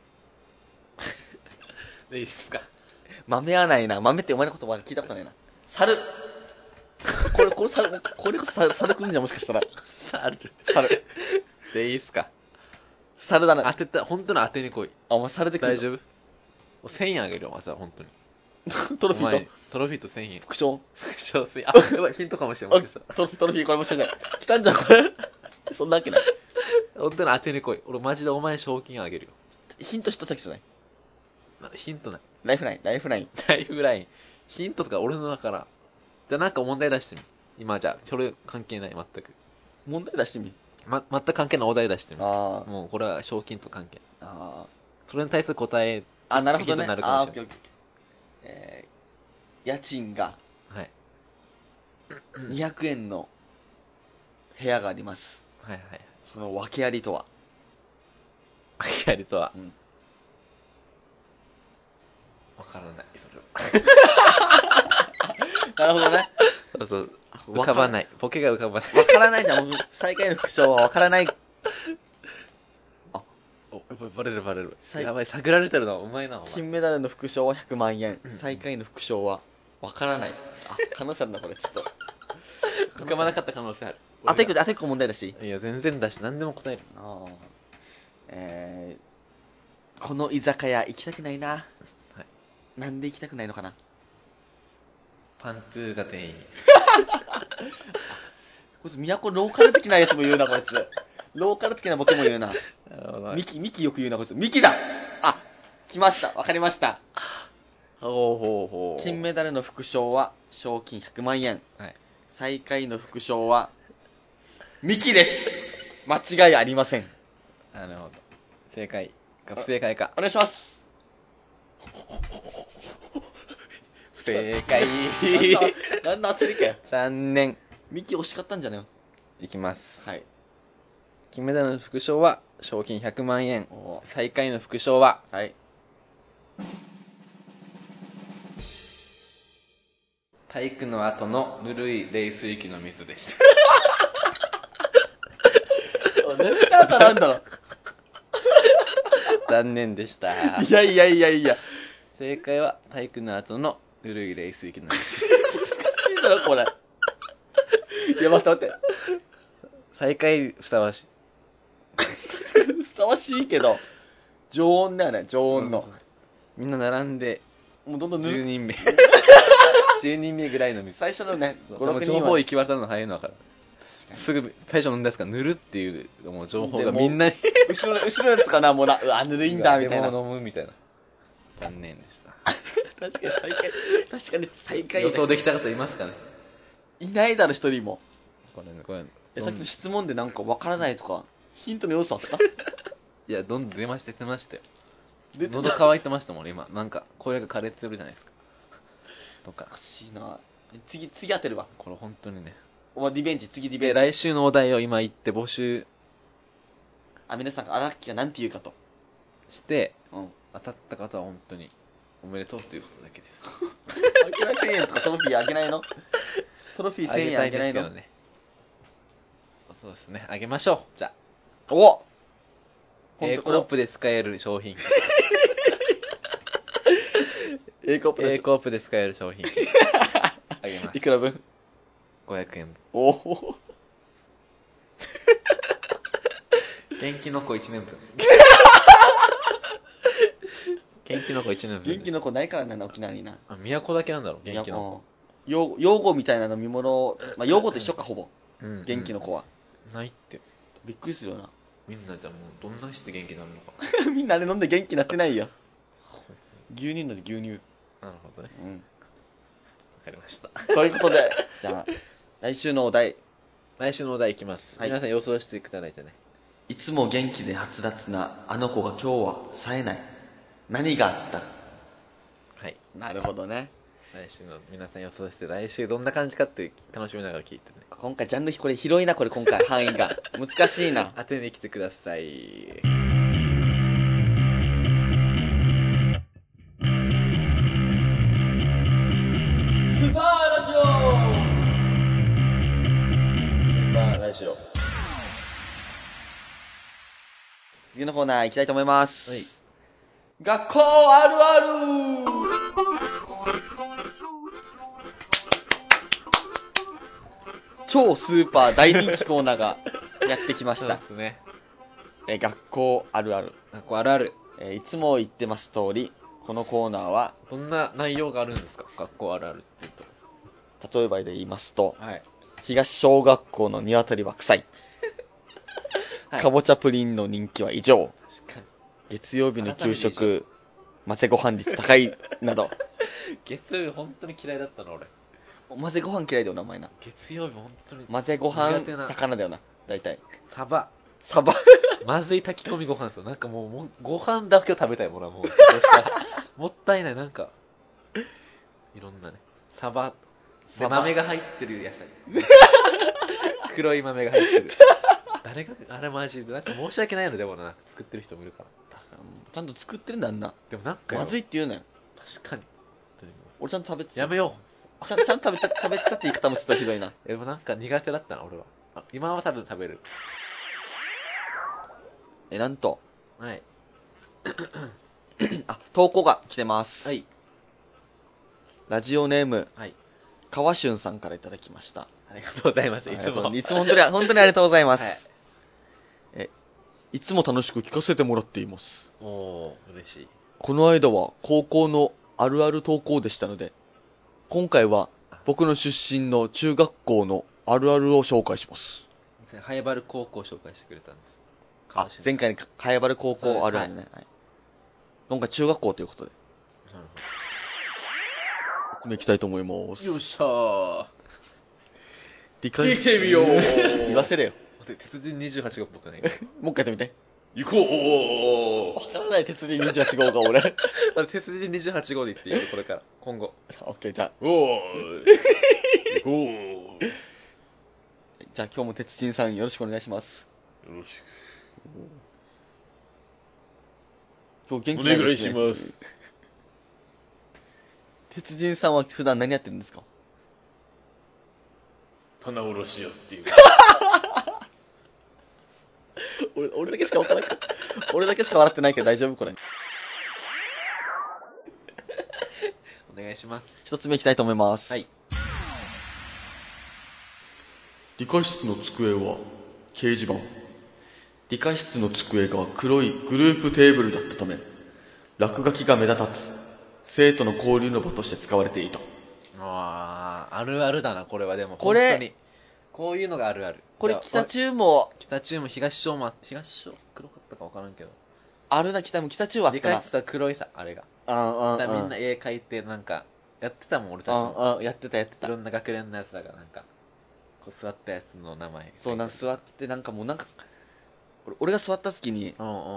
S2: でいいですか。
S1: 豆はないな。豆ってお前の言葉で聞いたことないな。猿。これこそ猿くんじゃんもしかしたら。
S2: 猿。
S1: 猿。
S2: でいいですか。
S1: 猿だな。
S2: 当てた、本当の当てに来い。
S1: あ、お前猿で来る
S2: 大丈夫？もう1000円あげるよ、まずは、本当に。
S1: トロフィーと
S2: お前トロフィーと1000円。
S1: 副賞。
S2: 小水。あ、やばい、ヒントかもしれない。もしかしたら
S1: トロフィーこれもしかしたら。来たんじゃん、これ。そんなわけない。
S2: 本当に当てに来い。俺マジでお前に賞金あげるよ。
S1: ヒント一つだけじゃない。
S2: ヒントない。
S1: ライフライン。
S2: ライフライン。ヒントとか俺のだから。じゃあなんか問題出してみ。今じゃあ、それ関係ない、全く。
S1: 問題出してみ。
S2: 全く関係ないお題出してみ。
S1: あ
S2: もうこれは賞金と関係ない。
S1: あ。
S2: それに対する答え、
S1: あ、なるほどね。
S2: ヒントになるか
S1: あ、オ
S2: もしれない。
S1: ッケーオッケー。家賃が
S2: はい。
S1: 200円の部屋があります。
S2: はいはい。
S1: その訳ありとは。
S2: やりとは
S1: うん。
S2: わからない、それは。
S1: なるほどね。
S2: そうそう。浮かばない。ボケが浮かばない。
S1: わからないじゃん。もう最下位の副賞はわからない。
S2: お、バレるバレる。
S1: 最
S2: やばい、探られてるな。うまいな、お前。
S1: 金メダルの副賞は100万円。最下位の副賞はわからない。あ、可能性あるな、これ。ちょっと。
S2: 浮かばなかった可能性ある。
S1: 当てっこ問題だし。
S2: いや、全然だし、何でも答える。
S1: あこの居酒屋行きたくないな。
S2: はい。
S1: なんで行きたくないのかな。
S2: パンツーが店員。
S1: こいつ都ローカル的なやつも言うな、こいつ。ローカル的なボケも言うな。ミキよく言うな、こいつ。ミキだ。あ、来ました。わかりました。金メダルの副賞は賞金100万円。はい。最下位の副賞は、ミキです。間違いありません。
S2: なるほど。正解か不正解か。
S1: お願いします。
S2: 不正解。
S1: なんだ焦りかよ。
S2: 残念。
S1: ミキ惜しかったんじゃねよ。
S2: いきます。
S1: はい。
S2: 金メダルの副賞は賞金100万円。最下位の副賞は、
S1: はい。
S2: 体育の後のぬるい冷水器の水でした。
S1: 絶対当たらんだろ。
S2: 残念でした。
S1: いやいやいやいや。
S2: 正解は体育の後のぬるい冷水器の水。
S1: 難しいだろ、これ。いや、待って待って。
S2: 最下位ふさわしい。
S1: ふさわしいけど、常温だよね、常温の。
S2: みんな並んで、
S1: もうどんどん
S2: 10人目。10人目ぐらいの水。
S1: 最初のね、
S2: 5、6人情報行き渡るの早いの分かる。すぐ最初飲んだやつが塗るっていうもう情報がみんなに
S1: 後ろのやつかな、もうな、うわ、ぬるいんだみたいな。
S2: でも飲むみたいな。残念でした。
S1: 確かに最下位。
S2: 予想できた方いますかね。
S1: いないだろ、一人も。
S2: これ
S1: さっきの質問でなんかわからないとかヒントの要素あった？
S2: いや、どんどん出ましたよ。喉乾いてましたもん、今。なんか声が枯れてるじゃないですか。とか。
S1: 難しいな。次当てるわ。
S2: これ本当にね。
S1: お前リベンジ。
S2: 来週のお題を今言って募集。
S1: 皆さんが荒木がなんて言うかと。
S2: して、当たった方は本当におめでとうということだけです。
S1: あげない1000円とかトロフィーあげないの？トロフィー1000円あげないの？
S2: ね、そうですね。あげましょう。じゃあ。
S1: お
S2: A コープで使える商品。
S1: A コー
S2: プで使える商品。あげます。
S1: いくら分
S2: ？500円分。
S1: おお。
S2: 元気の子1年分。元気の子1年分。
S1: 元気の子ないからな、沖縄にな。
S2: 都だけなんだろう、元気の
S1: 子。養護みたいな飲み物、まあ養護と一緒か、ほぼ。元気の子は。
S2: ないって。
S1: びっくりするよな。
S2: みんなじゃあもうどんなして元気になるのか。
S1: みんなあれ飲んで元気になってないよ。牛乳飲んで牛乳。
S2: なるほどね。わかりました。
S1: ということで、じゃあ、来週のお題
S2: いきます。皆さん予想していただいてね。
S1: いつも元気ではつらつなあの子が今日は冴えない。何があった？
S2: はい。
S1: なるほどね。
S2: 来週の皆さん予想して、来週どんな感じかって楽しみながら聞いてね。
S1: 今回ジャンルこれ広いな、今回範囲が。難しいな。
S2: 当てに来てください。スーパーラジオ。
S1: 次のコーナー行きたいと思います。
S2: はい。
S1: 学校あるある。超スーパー大人気コーナーがやってきました。
S2: そうですね。
S1: 学校あるある。
S2: 学校あるある。
S1: いつも言ってます通り、このコーナーは
S2: どんな内容があるんですか？学校あるあるって言う
S1: と。例えばで言いますと、
S2: はい、
S1: 東小学校の鶏は臭い。はい、かぼちゃプリンの人気は異常。月曜日の給食、混ぜご飯率高いなど。
S2: 月曜日本当に嫌いだったの俺。
S1: 混ぜご飯嫌いだよな、お前な。
S2: 月曜日本当に
S1: 混ぜご飯魚だよな、大体。
S2: サバ。まずい炊き込みご飯ですよ。なんかもうご飯だけを食べたいもんな、もう。もったいない、なんか。いろんなね。サバ。豆が入ってる野菜。黒い豆が入ってる。誰が、あれマジで、なんか申し訳ないのでもな、作ってる人もいるから。
S1: ちゃんと作ってるんだ、あんな。
S2: でもなんか
S1: まずいって言うなよ。
S2: 確かに。
S1: 俺ちゃんと食べてた。
S2: やめよ
S1: う。ちゃんと食べてたって言い方もちょっとひどいな。
S2: でもなんか苦手だったな、俺は。今は多分食べる。
S1: なんと。
S2: はい。
S1: 投稿が来てます。
S2: はい。
S1: ラジオネーム。
S2: はい。
S1: 川俊さんからいただきました。
S2: ありがとうございます。いつも
S1: 本当にありがとうございます。はい、いつも楽しく聞かせてもらっています。
S2: おー、嬉しい。
S1: この間は高校のあるある投稿でしたので、今回は僕の出身の中学校のあるあるを紹介します。
S2: ハイバル高校を紹介してくれたんです。
S1: あ、前回にハイバル高校あるあるね。はい。今回中学校ということで。
S2: なるほ
S1: 説明いきたいと思います。
S2: ど。よっしゃー。
S1: 理解
S2: 見てみよう。
S1: 言わせれよ。
S2: 鉄人28号っぽくない
S1: もう一回やってみて。
S2: 行こ
S1: わからない鉄人28号が俺。
S2: う。鉄人28号で言っていいよ、これから。今後。
S1: オッケー、じゃあ。
S2: おーい。行こう。
S1: じゃあ今日も鉄人さんよろしくお願いします。
S2: よろしく。
S1: 今日元気ないですね。
S2: お願いします。
S1: 鉄人さんは普段何やってるんですか？
S2: 棚卸しやっていう。
S1: 俺だけしか分からない。俺だけしか笑ってないけど大丈夫これ。
S2: お願いします。
S1: 一つ目いきたいと思います。
S2: はい。
S1: 理科室の机は掲示板。理科室の机が黒いグループテーブルだったため、落書きが目立たず、生徒の交流の場として使われていた。
S2: あるあるだな、これはでも。
S1: これ
S2: 本当に。こういうのがあるある。
S1: これ北中も、
S2: 北中も東小も、東小黒かったか分からんけど。
S1: あるな、北中はあったな。
S2: 理科室は黒いさ、あれが。
S1: あ
S2: だからみんな絵描いて、なんか、やってたもん、俺たちも。
S1: やってた。
S2: いろんな学年のやつらが、なんか、こう座ったやつの名前。
S1: そう、座ってなんかもう俺が座った時に、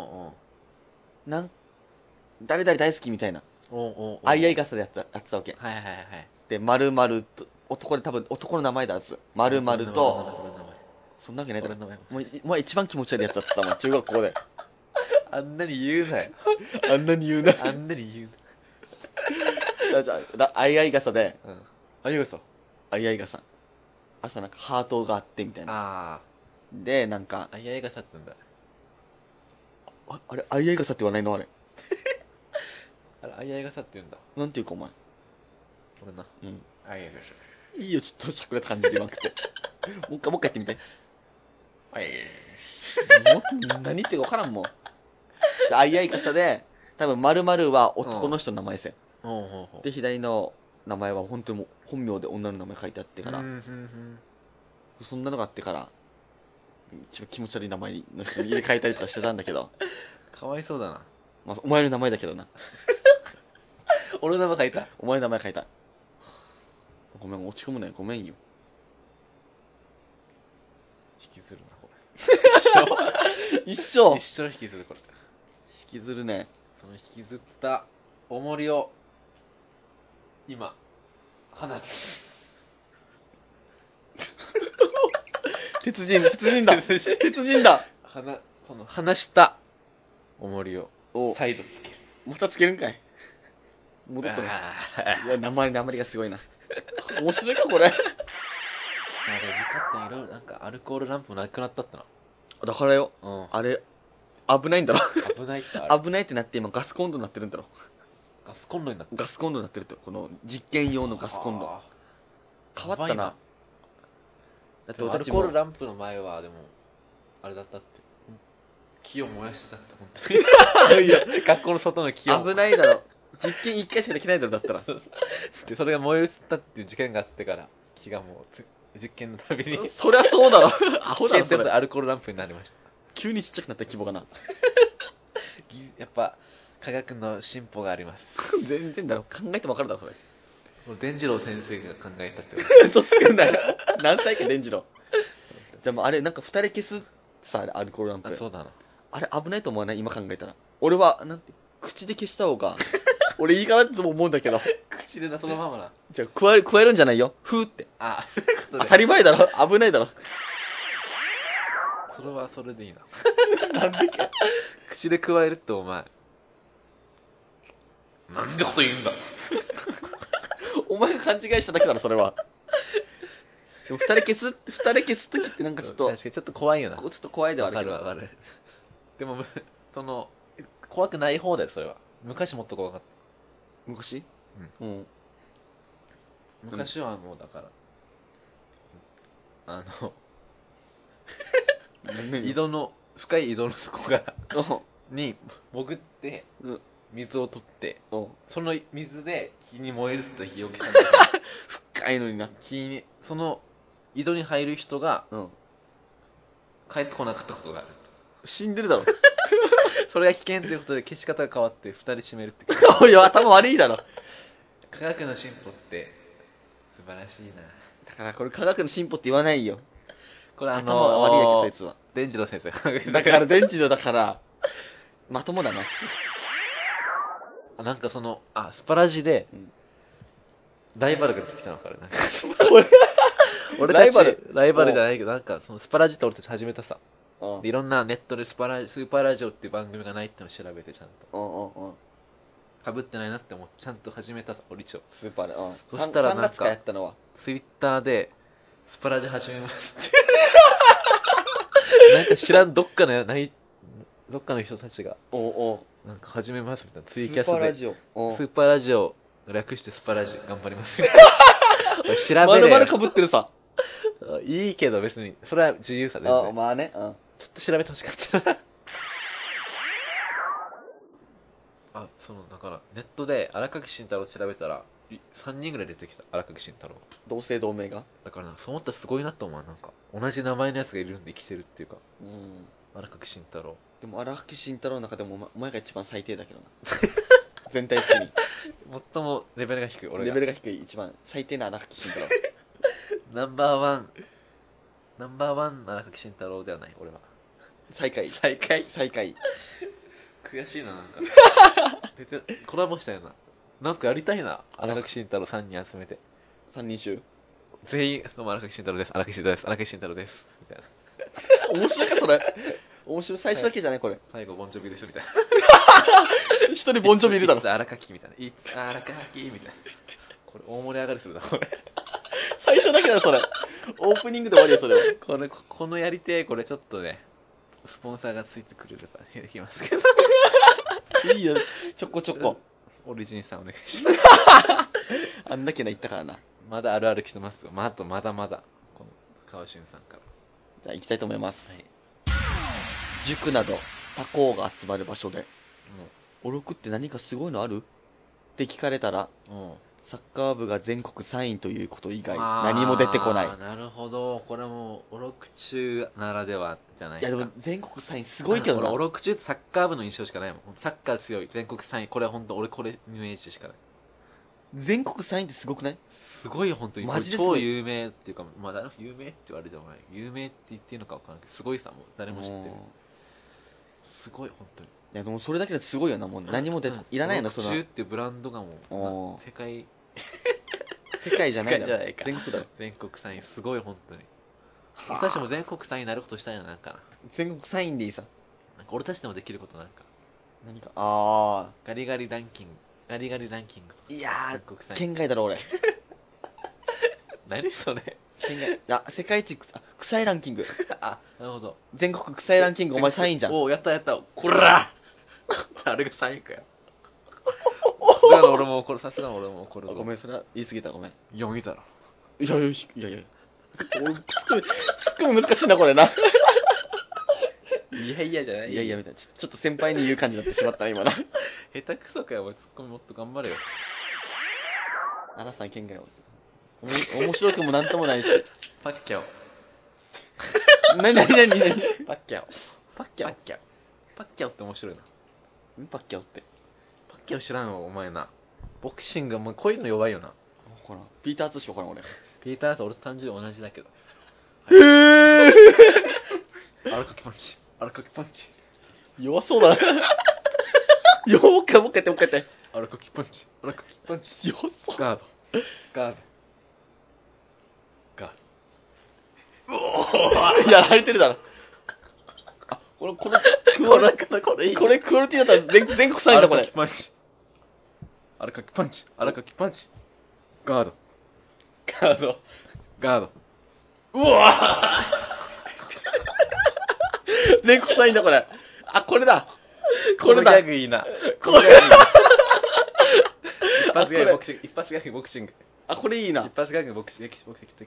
S1: 誰々大好きみたいな、あいあい傘でやってたわけ。
S2: はいはいはい。
S1: で、〇〇と、男で多分、男の名前だはず。〇〇と、そんなわけないだろ。お前一番気持ち悪いやつだってさ、もう中学校で。
S2: あんなに言うなよ。
S1: あんなに言うな。
S2: あんなに言うな。
S1: じゃあ、あいあい傘で、
S2: あいあい傘。
S1: あいあい傘。朝なんかハートがあってみたいな。
S2: あ
S1: で、なんか、
S2: あいあい傘って言うんだ。
S1: あれ、あいあい傘って言わないのあれ。
S2: あれ、あいあい傘って言うんだ。
S1: なんていうかお前。
S2: 俺な。
S1: うん。
S2: あいあい
S1: いいよ、ちょっとしゃくれた感じで言わなくて。もう一回やってみて。
S2: 傘。はい。
S1: 何言ってるか分からんもん。じゃあ、あいあい傘で、多分、〇〇は男の人の名前ですよ。で、左の名前は本当にもう本名で女の名前書いてあってから、そんなのがあってから、一番気持ち悪い名前の人に入れ替えたりとかしてたんだけど、
S2: かわいそうだな。
S1: まあ、お前の名前だけどな。
S2: 俺の名前書いた。
S1: お前の名前書いた。ごめん、落ち込むね。ごめんよ。
S2: 引きずるな、これ。
S1: 一生
S2: 一生引きずる、これ。
S1: 引きずるね。
S2: その引きずった重りを、今、放つ。
S1: 鉄人だ。鉄人だ。
S2: この離した重りを再度つける。
S1: またつけるんかい。戻ってね。いや、鉛がすごいな。面白いか、これ。
S2: なんか、理科っていろいろ、なんか、アルコールランプなくなったってな。
S1: だからよ。あれ、危ないんだろ。
S2: 危ないってあれ。
S1: 危ないってなって今ガスコンロになってるんだろ。
S2: ガスコンロになってる。
S1: ガスコンロになってるって、この実験用のガスコンロ。変わったな。
S2: だってアルコールランプの前は、でも、あれだったって。木を燃やしてたって、本当に。いや、学校の外の木を。
S1: 危ないだろ。実験1回しかできないだろ、だったら。
S2: で、それが燃え移ったっていう事件があってから、木がもう、実験のたびに。
S1: そりゃそうだろ。アホだろ、
S2: それ。アルコールランプになりました。
S1: 急にちっちゃくなった規模がな。
S2: やっぱ、科学の進歩があります。
S1: 全然だろ。考えても分かるだろ、それ。
S2: 伝次郎先生が考えたって
S1: 嘘つくんだよ。何歳か、伝次郎。じゃあもうあれ、なんか2人消すさ、あれ、アルコールランプ。
S2: あ、そうだな。
S1: あれ、危ないと思わない今考えたら。俺は、口で消した方が、俺いいかなっていつも思うんだけど。
S2: 口でな、そのままな。
S1: じゃあ、加えるんじゃないよ。ふーって。
S2: あ、そういうことで。
S1: 当たり前だろ。危ないだろ。
S2: それはそれでいいな。なんでか。口で加えるってお前。なんてこと言うんだ。
S1: お前が勘違いしただけだろ、それは。でも二人消すときってなんかちょっと、
S2: 確かにちょっと怖いよな。
S1: ちょっと怖いではあるけど。
S2: わかる。でも、怖くない方だよ、それは。昔もっと怖かった。
S1: 昔うん。
S2: 昔はもうだから、深い井戸の底に潜って、水を取って、その水で木に燃え移った火を消したんだ。
S1: 深いのにな。
S2: 木に、その井戸に入る人が
S1: うん。
S2: 帰ってこなかったことがある。
S1: 死んでるだろ。
S2: それが危険ということで消し方が変わって2人死めるっていう
S1: おい、頭悪いだろ。
S2: 科学の進歩って素晴らしいな。
S1: だからこれ科学の進歩って言わないよ。
S2: これ
S1: 頭が悪いだけそいつは。
S2: 伝次郎先生
S1: だから電池のだから、まともだな。
S2: なんかスパラジで、
S1: うん
S2: ライバルが出てきたのかな。なんか
S1: これ、
S2: 俺たち
S1: ライバル
S2: じゃないけど、なんかスパラジって俺たち始めたさ。
S1: うん
S2: でいろんなネットでスーパーラジオっていう番組がないってのを調べてちゃんと。被ってないなって思ってちゃんと始めたさ、俺一応。
S1: スーパーで。
S2: そしたらなんか
S1: 3月からやったのは。
S2: ツイッターで、スパラジ始めますって。なんか知らんどっかの人たちが、なんか始めますみたいな。ツイキャスで。
S1: スーパーラジオ。
S2: スーパーラジオ、略してスパラジ頑張りますみたいな。調べ
S1: まるまる
S2: れ
S1: 被ってるさ。
S2: よ。いいけど別に、それは自由さ全然。
S1: まあね。
S2: ちょっと調べてほしかったな。だから、ネットで荒垣慎太郎調べたら、3人ぐらい出てきた、荒垣慎太郎が。
S1: 同姓同名が。
S2: だからそう思ったらすごいなと思う。なんか、同じ名前のやつがいるんで生きてるっていうか、
S1: うん。
S2: 荒垣慎太郎。
S1: でも荒垣慎太郎の中でもお前が一番最低だけどな。全体的に。
S2: 最もレベルが低い、俺が。
S1: レベルが低い一番最低な荒垣慎太郎。
S2: ナンバーワン荒垣慎太郎ではない、俺は。
S1: 最下位。
S2: 最下位。
S1: 最下位。
S2: 悔しいな、なんか。コラボしたよな。なんかやりたいな、荒垣慎太郎3人集めて。
S1: 三人衆。
S2: 全員、どうも荒垣慎太郎です、荒垣慎太郎です、荒垣慎太郎です、みたいな。
S1: 面白いかそれ。面白い。最初だけじゃないこれ。
S2: 最後、ボンジョビです、みたいな。
S1: 一人ボンジョビいるだろ
S2: いつ。荒垣みたいな。いつ荒垣みたいな。これ、大盛り上がりするな、これ。
S1: 最初だけだよそれ。オープニングで終わりよそれは。
S2: このやりてえ、これちょっとね、スポンサーがついてくれればできますけど。
S1: いいよ。ちょこちょこ。
S2: オリジンさんお願いします。
S1: あんだけな言ったからな。
S2: まだあるある来てますよ。あとまだまだ。この川俊さんから。
S1: じゃあ行きたいと思います。
S2: はい。
S1: 塾など他校が集まる場所で、
S2: も
S1: おろくって何かすごいのあるって聞かれたら、サッカー部が全国3位ということ以外何も出てこない。
S2: なるほど。これもおろく中ならではじゃない
S1: い
S2: ですか。
S1: やでも全国3位すごいけどな。
S2: おろく中ってサッカー部の印象しかないもん。サッカー強い全国3位。これは本当俺これイメージしかない。
S1: 全国3位ってすごくない？
S2: すごいよ本当に。
S1: マジですごい
S2: 超有名っていうか、まあ誰も有名って言われてもない。有名って言っていいのか分からないけど、すごいさ、もう誰も知ってる。すごい本当に。
S1: いやでもそれだけですごいよな。もう何もいらないのその
S2: 中っていうブランドがもう、世界
S1: じゃないだろ。
S2: 世界じゃないか
S1: 全国だろ。
S2: 全国3位すごい本当に。俺たちも全国3位になることしたいな、なんかな。
S1: 全国3位でいいさ。
S2: なんか俺たちでもできることなんか。
S1: 何か
S2: ガリガリランキングとか。
S1: いや
S2: 全国3位。
S1: 県外だろ俺。
S2: 何それ。
S1: 県外。いや世界一臭いランキング。
S2: あ、なるほど。
S1: 全国臭いランキングお前3位じゃん。
S2: おやったやった。こらあれが3位かよ。だから俺もこれ、さすがに俺もこれ。
S1: ごめんそれは言い過ぎたごめん。
S2: 4位だろ。
S1: いや俺ツッコミ難しいなこれな。
S2: いやいやじゃない。
S1: いやいやみたいなちょっと先輩に言う感じになってしまったな今な。
S2: 下手くそかよ、お前ツッコミもっと頑張れよ。
S1: 奈良さん県外を面白くもなんともないし。
S2: パッキャオ。
S1: 何
S2: パッキャオ。
S1: パッキャオ
S2: パッキャオって面白いな。
S1: パッキャオって
S2: パッキャオ知らんわ、お前な。ボクシングはもうこういうの弱いよな。
S1: ほらピーター2しか分からん俺。
S2: ピーターさん、俺と誕生日同じだけど。荒垣パンチ。荒垣パンチ。
S1: 弱そうだな。もう一回荒垣パンチ。弱そう。
S2: ガード。
S1: やられてるだろ。あこれクオリティだったら全国3位だこれ。
S2: 荒垣パンチ。ガード。
S1: うわ全国3位だこれ。あこれだ。
S2: このギャグいいな。一発ギャグボクシング。
S1: あこれいいな。
S2: 一発ギャグボクシング。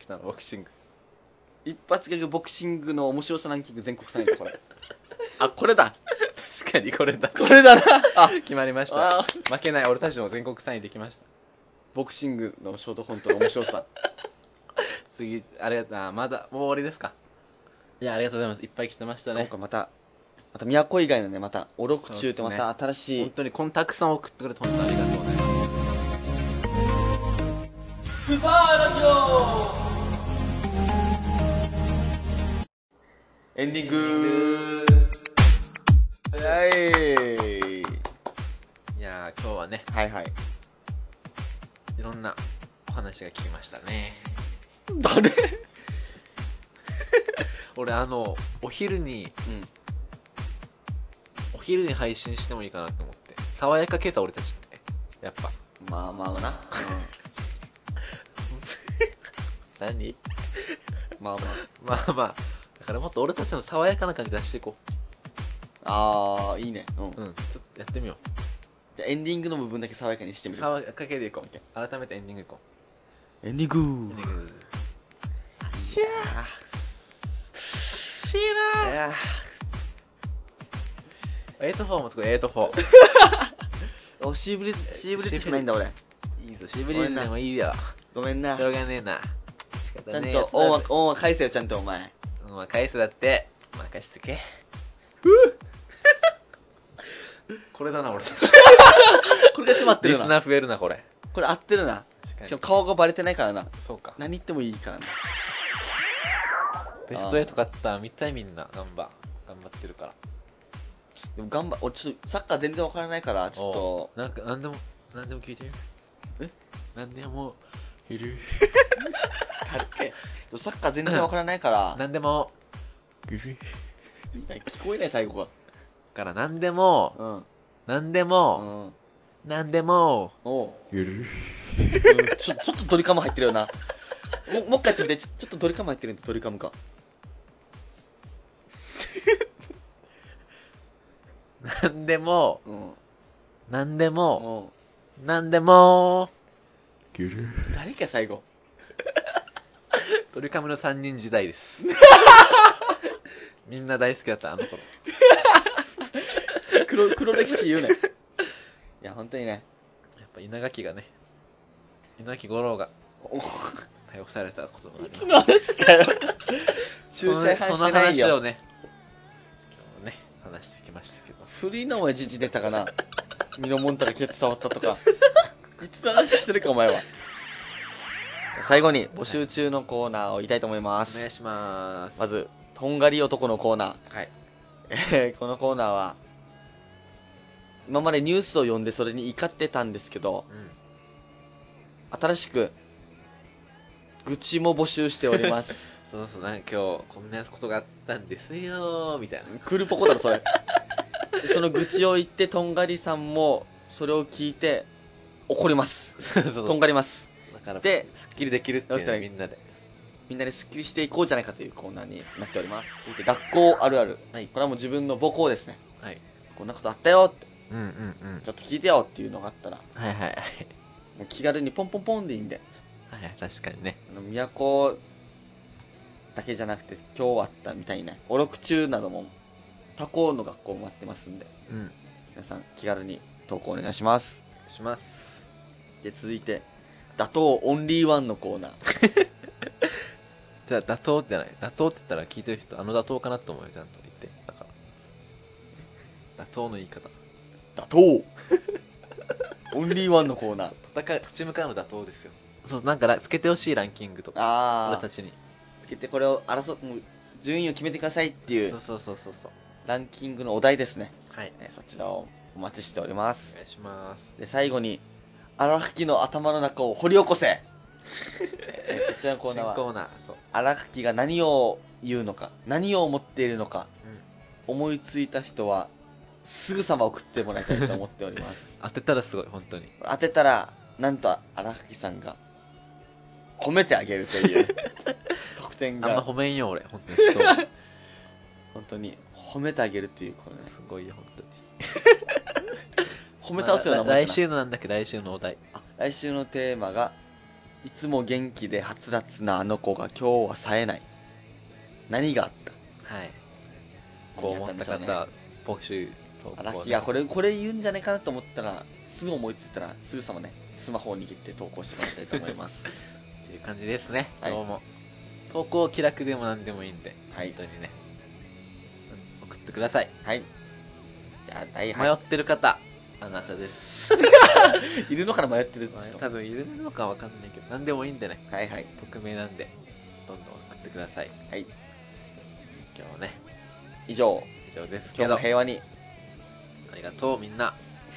S1: 一発ギャグボクシングの面白さランキング全国3位だこれ。あこれだ。
S2: 確かにこれだ
S1: な。あ
S2: 決まりました。負けない。俺たちも全国3位できました。
S1: ボクシングのショートコントの面白さ。
S2: 次、ありがとう。まだ、もう終わりですか。いや、ありがとうございます。いっぱい来てましたね。
S1: 今回また都以外のね、また、おろく中ってまた新しい、
S2: 本当にたくさん送ってくれて本当にありがとうございます。スーパーラジオ
S1: エンディングはい。
S2: いやー、今日はね、
S1: はいはい。
S2: いろんなお話が聞きましたね。
S1: 誰
S2: 俺お昼に配信してもいいかなと思って。爽やか今朝俺たちってやっぱ
S1: まあまあな、
S2: 何
S1: まあまあ
S2: まあまあ、だからもっと俺たちの爽やかな感じ出していこ
S1: ああいいね。
S2: う。ちょっとやってみよ
S1: じゃあエンディングの部分だけ爽やかにして
S2: う。
S1: みる。
S2: 爽やか系でいこう。改めてエンディングいこ
S1: エンディング
S2: う。エンディング。シーラー。
S1: いや
S2: 8-4もつこう、8-4。
S1: シーブリーズしかないんだ俺。
S2: いいぞ、シーブリーズでもいいよ。
S1: ごめんな。
S2: しょうがねえな。
S1: ちゃんと音は返せよ、ちゃんとお前。
S2: まあ、返すだって。任しとけ。これだな、俺たち。
S1: これが詰まってるな。
S2: リスナー増えるな、これ。
S1: これ合ってるな。しかも顔がバレてないからな。
S2: そうか。
S1: 何言ってもいいからな。
S2: ベスト8勝った見たいみんな。頑張ってるから。
S1: でも俺ちょっとサッカー全然わからないから、ちょっと。
S2: なんか、なんでも聞いてる。なんでも、いる。
S1: サッカー全然わからないから。
S2: なんでも、
S1: 聞こえない最後が。
S2: からなんでも、なんでも、なんでも、
S1: ゆるちょっとドリカム入ってるよな。もう一回やってみて。ちょっとドリカム入ってるんで、ドリカムか。
S2: なんでも、なんでも、なんでも、
S1: 誰か最後。
S2: ドリカムの3人時代です。みんな大好きだったあの頃。
S1: 黒歴史言うね。いや本当にね。
S2: やっぱ稲垣がね、稲垣吾郎が逮捕されたことがあります。
S1: いつの話かよ。仲裁犯してないよ。
S2: その話をね、今日ね話してきましたけど。
S1: 古いのは時事出たかな。身のもんたらケツ触ったとか。いつの話してるかお前は。じゃ最後に募集中のコーナーを言いたいと思います。
S2: お願いします。
S1: まずとんがり男のコーナー。
S2: はい。
S1: このコーナーは今までニュースを読んでそれに怒ってたんですけど、新しく愚痴も募集しております。
S2: そうそう、なんか今日こんなことがあったんですよみたいな。
S1: クールポコだろそれ。でその愚痴を言ってとんがりさんもそれを聞いて怒ります。とんがります。
S2: だから
S1: で、
S2: すっきりできるっていうね、みんなで。
S1: スッキリしていこうじゃないかというコーナーになっております。続いて学校あるある。
S2: はい。
S1: これはもう自分の母校ですね。
S2: はい。
S1: こんなことあったよって、
S2: ち
S1: ちょっと聞いてよっていうのがあったら、
S2: はいはいはい。
S1: もう気軽にポンポンポンでいいんで、
S2: はいはい、確かにね。
S1: 都だけじゃなくて今日あったみたいにね、おろく中なども他校の学校も待ってますんで、皆さん気軽に投稿お願いします。
S2: お願いします。
S1: で、続いて、打倒オンリーワンのコーナー。
S2: じゃあ、打倒じゃない。打倒って言ったら聞いてる人、打倒かなと思うよ、ちゃんと言って。だから。打倒の言い方。
S1: 打倒オンリーワンのコーナー。
S2: チームからの打倒ですよ。そう、なんかつけてほしいランキングとか。俺たちに。
S1: つけてこれをもう順位を決めてくださいっていう。
S2: そう。
S1: ランキングのお題ですね。
S2: はい。
S1: そちらをお待ちしております。
S2: お願いします。
S1: で、最後に、荒垣の頭の中を掘り起こせ。こちらのコーナーは、
S2: 新コーナー、そう。
S1: 荒垣が何を言うのか、何を思っているのか、思いついた人は、すぐさま送ってもらいたいと思っております。
S2: 当てたらすごい、本当に。
S1: 当てたら、なんと荒垣さんが、褒めてあげるという、得点が。
S2: あんま褒めんよ、俺、本当に人を。
S1: 本当に、褒めてあげるっていう、これね。
S2: すごいよ、本当に。
S1: 褒め倒すようなもんかな。
S2: 来週のなんだっけ、来週のお題。
S1: 来週のテーマが、いつも元気ではつらつなあの子が今日は冴えない。何があった？
S2: はい。こう思った方、募集投稿、ね。
S1: 荒木がこれ言うんじゃないかなと思ったら、すぐ思いついたら、すぐさまね、スマホを握って投稿してもらいたいと思います。
S2: っていう感じですね、今日も。 投稿気楽でも何でもいいんで、
S1: はい
S2: 本当にね、送ってください。
S1: はい。じゃあ、
S2: 迷ってる方、あなたです。
S1: いるのかな、迷ってるって人。
S2: 多分いるのかわかんないけど、何でもいいんでね、
S1: はいはい。
S2: 匿名なんで、どんどん送ってください。
S1: はい。
S2: 今日はね、
S1: 以上、
S2: 以上ですけ
S1: 今日
S2: ど、
S1: も平和に
S2: ありがとうみんな。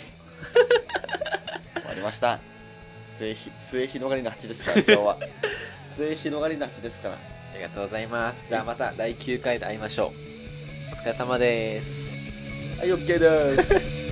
S1: 終わりました。末広がりの8ですから、今日は。末広がりの8ですから。
S2: ありがとうございます。じゃあまた第9回で会いましょう。お疲れ様です。
S1: はい、OK です。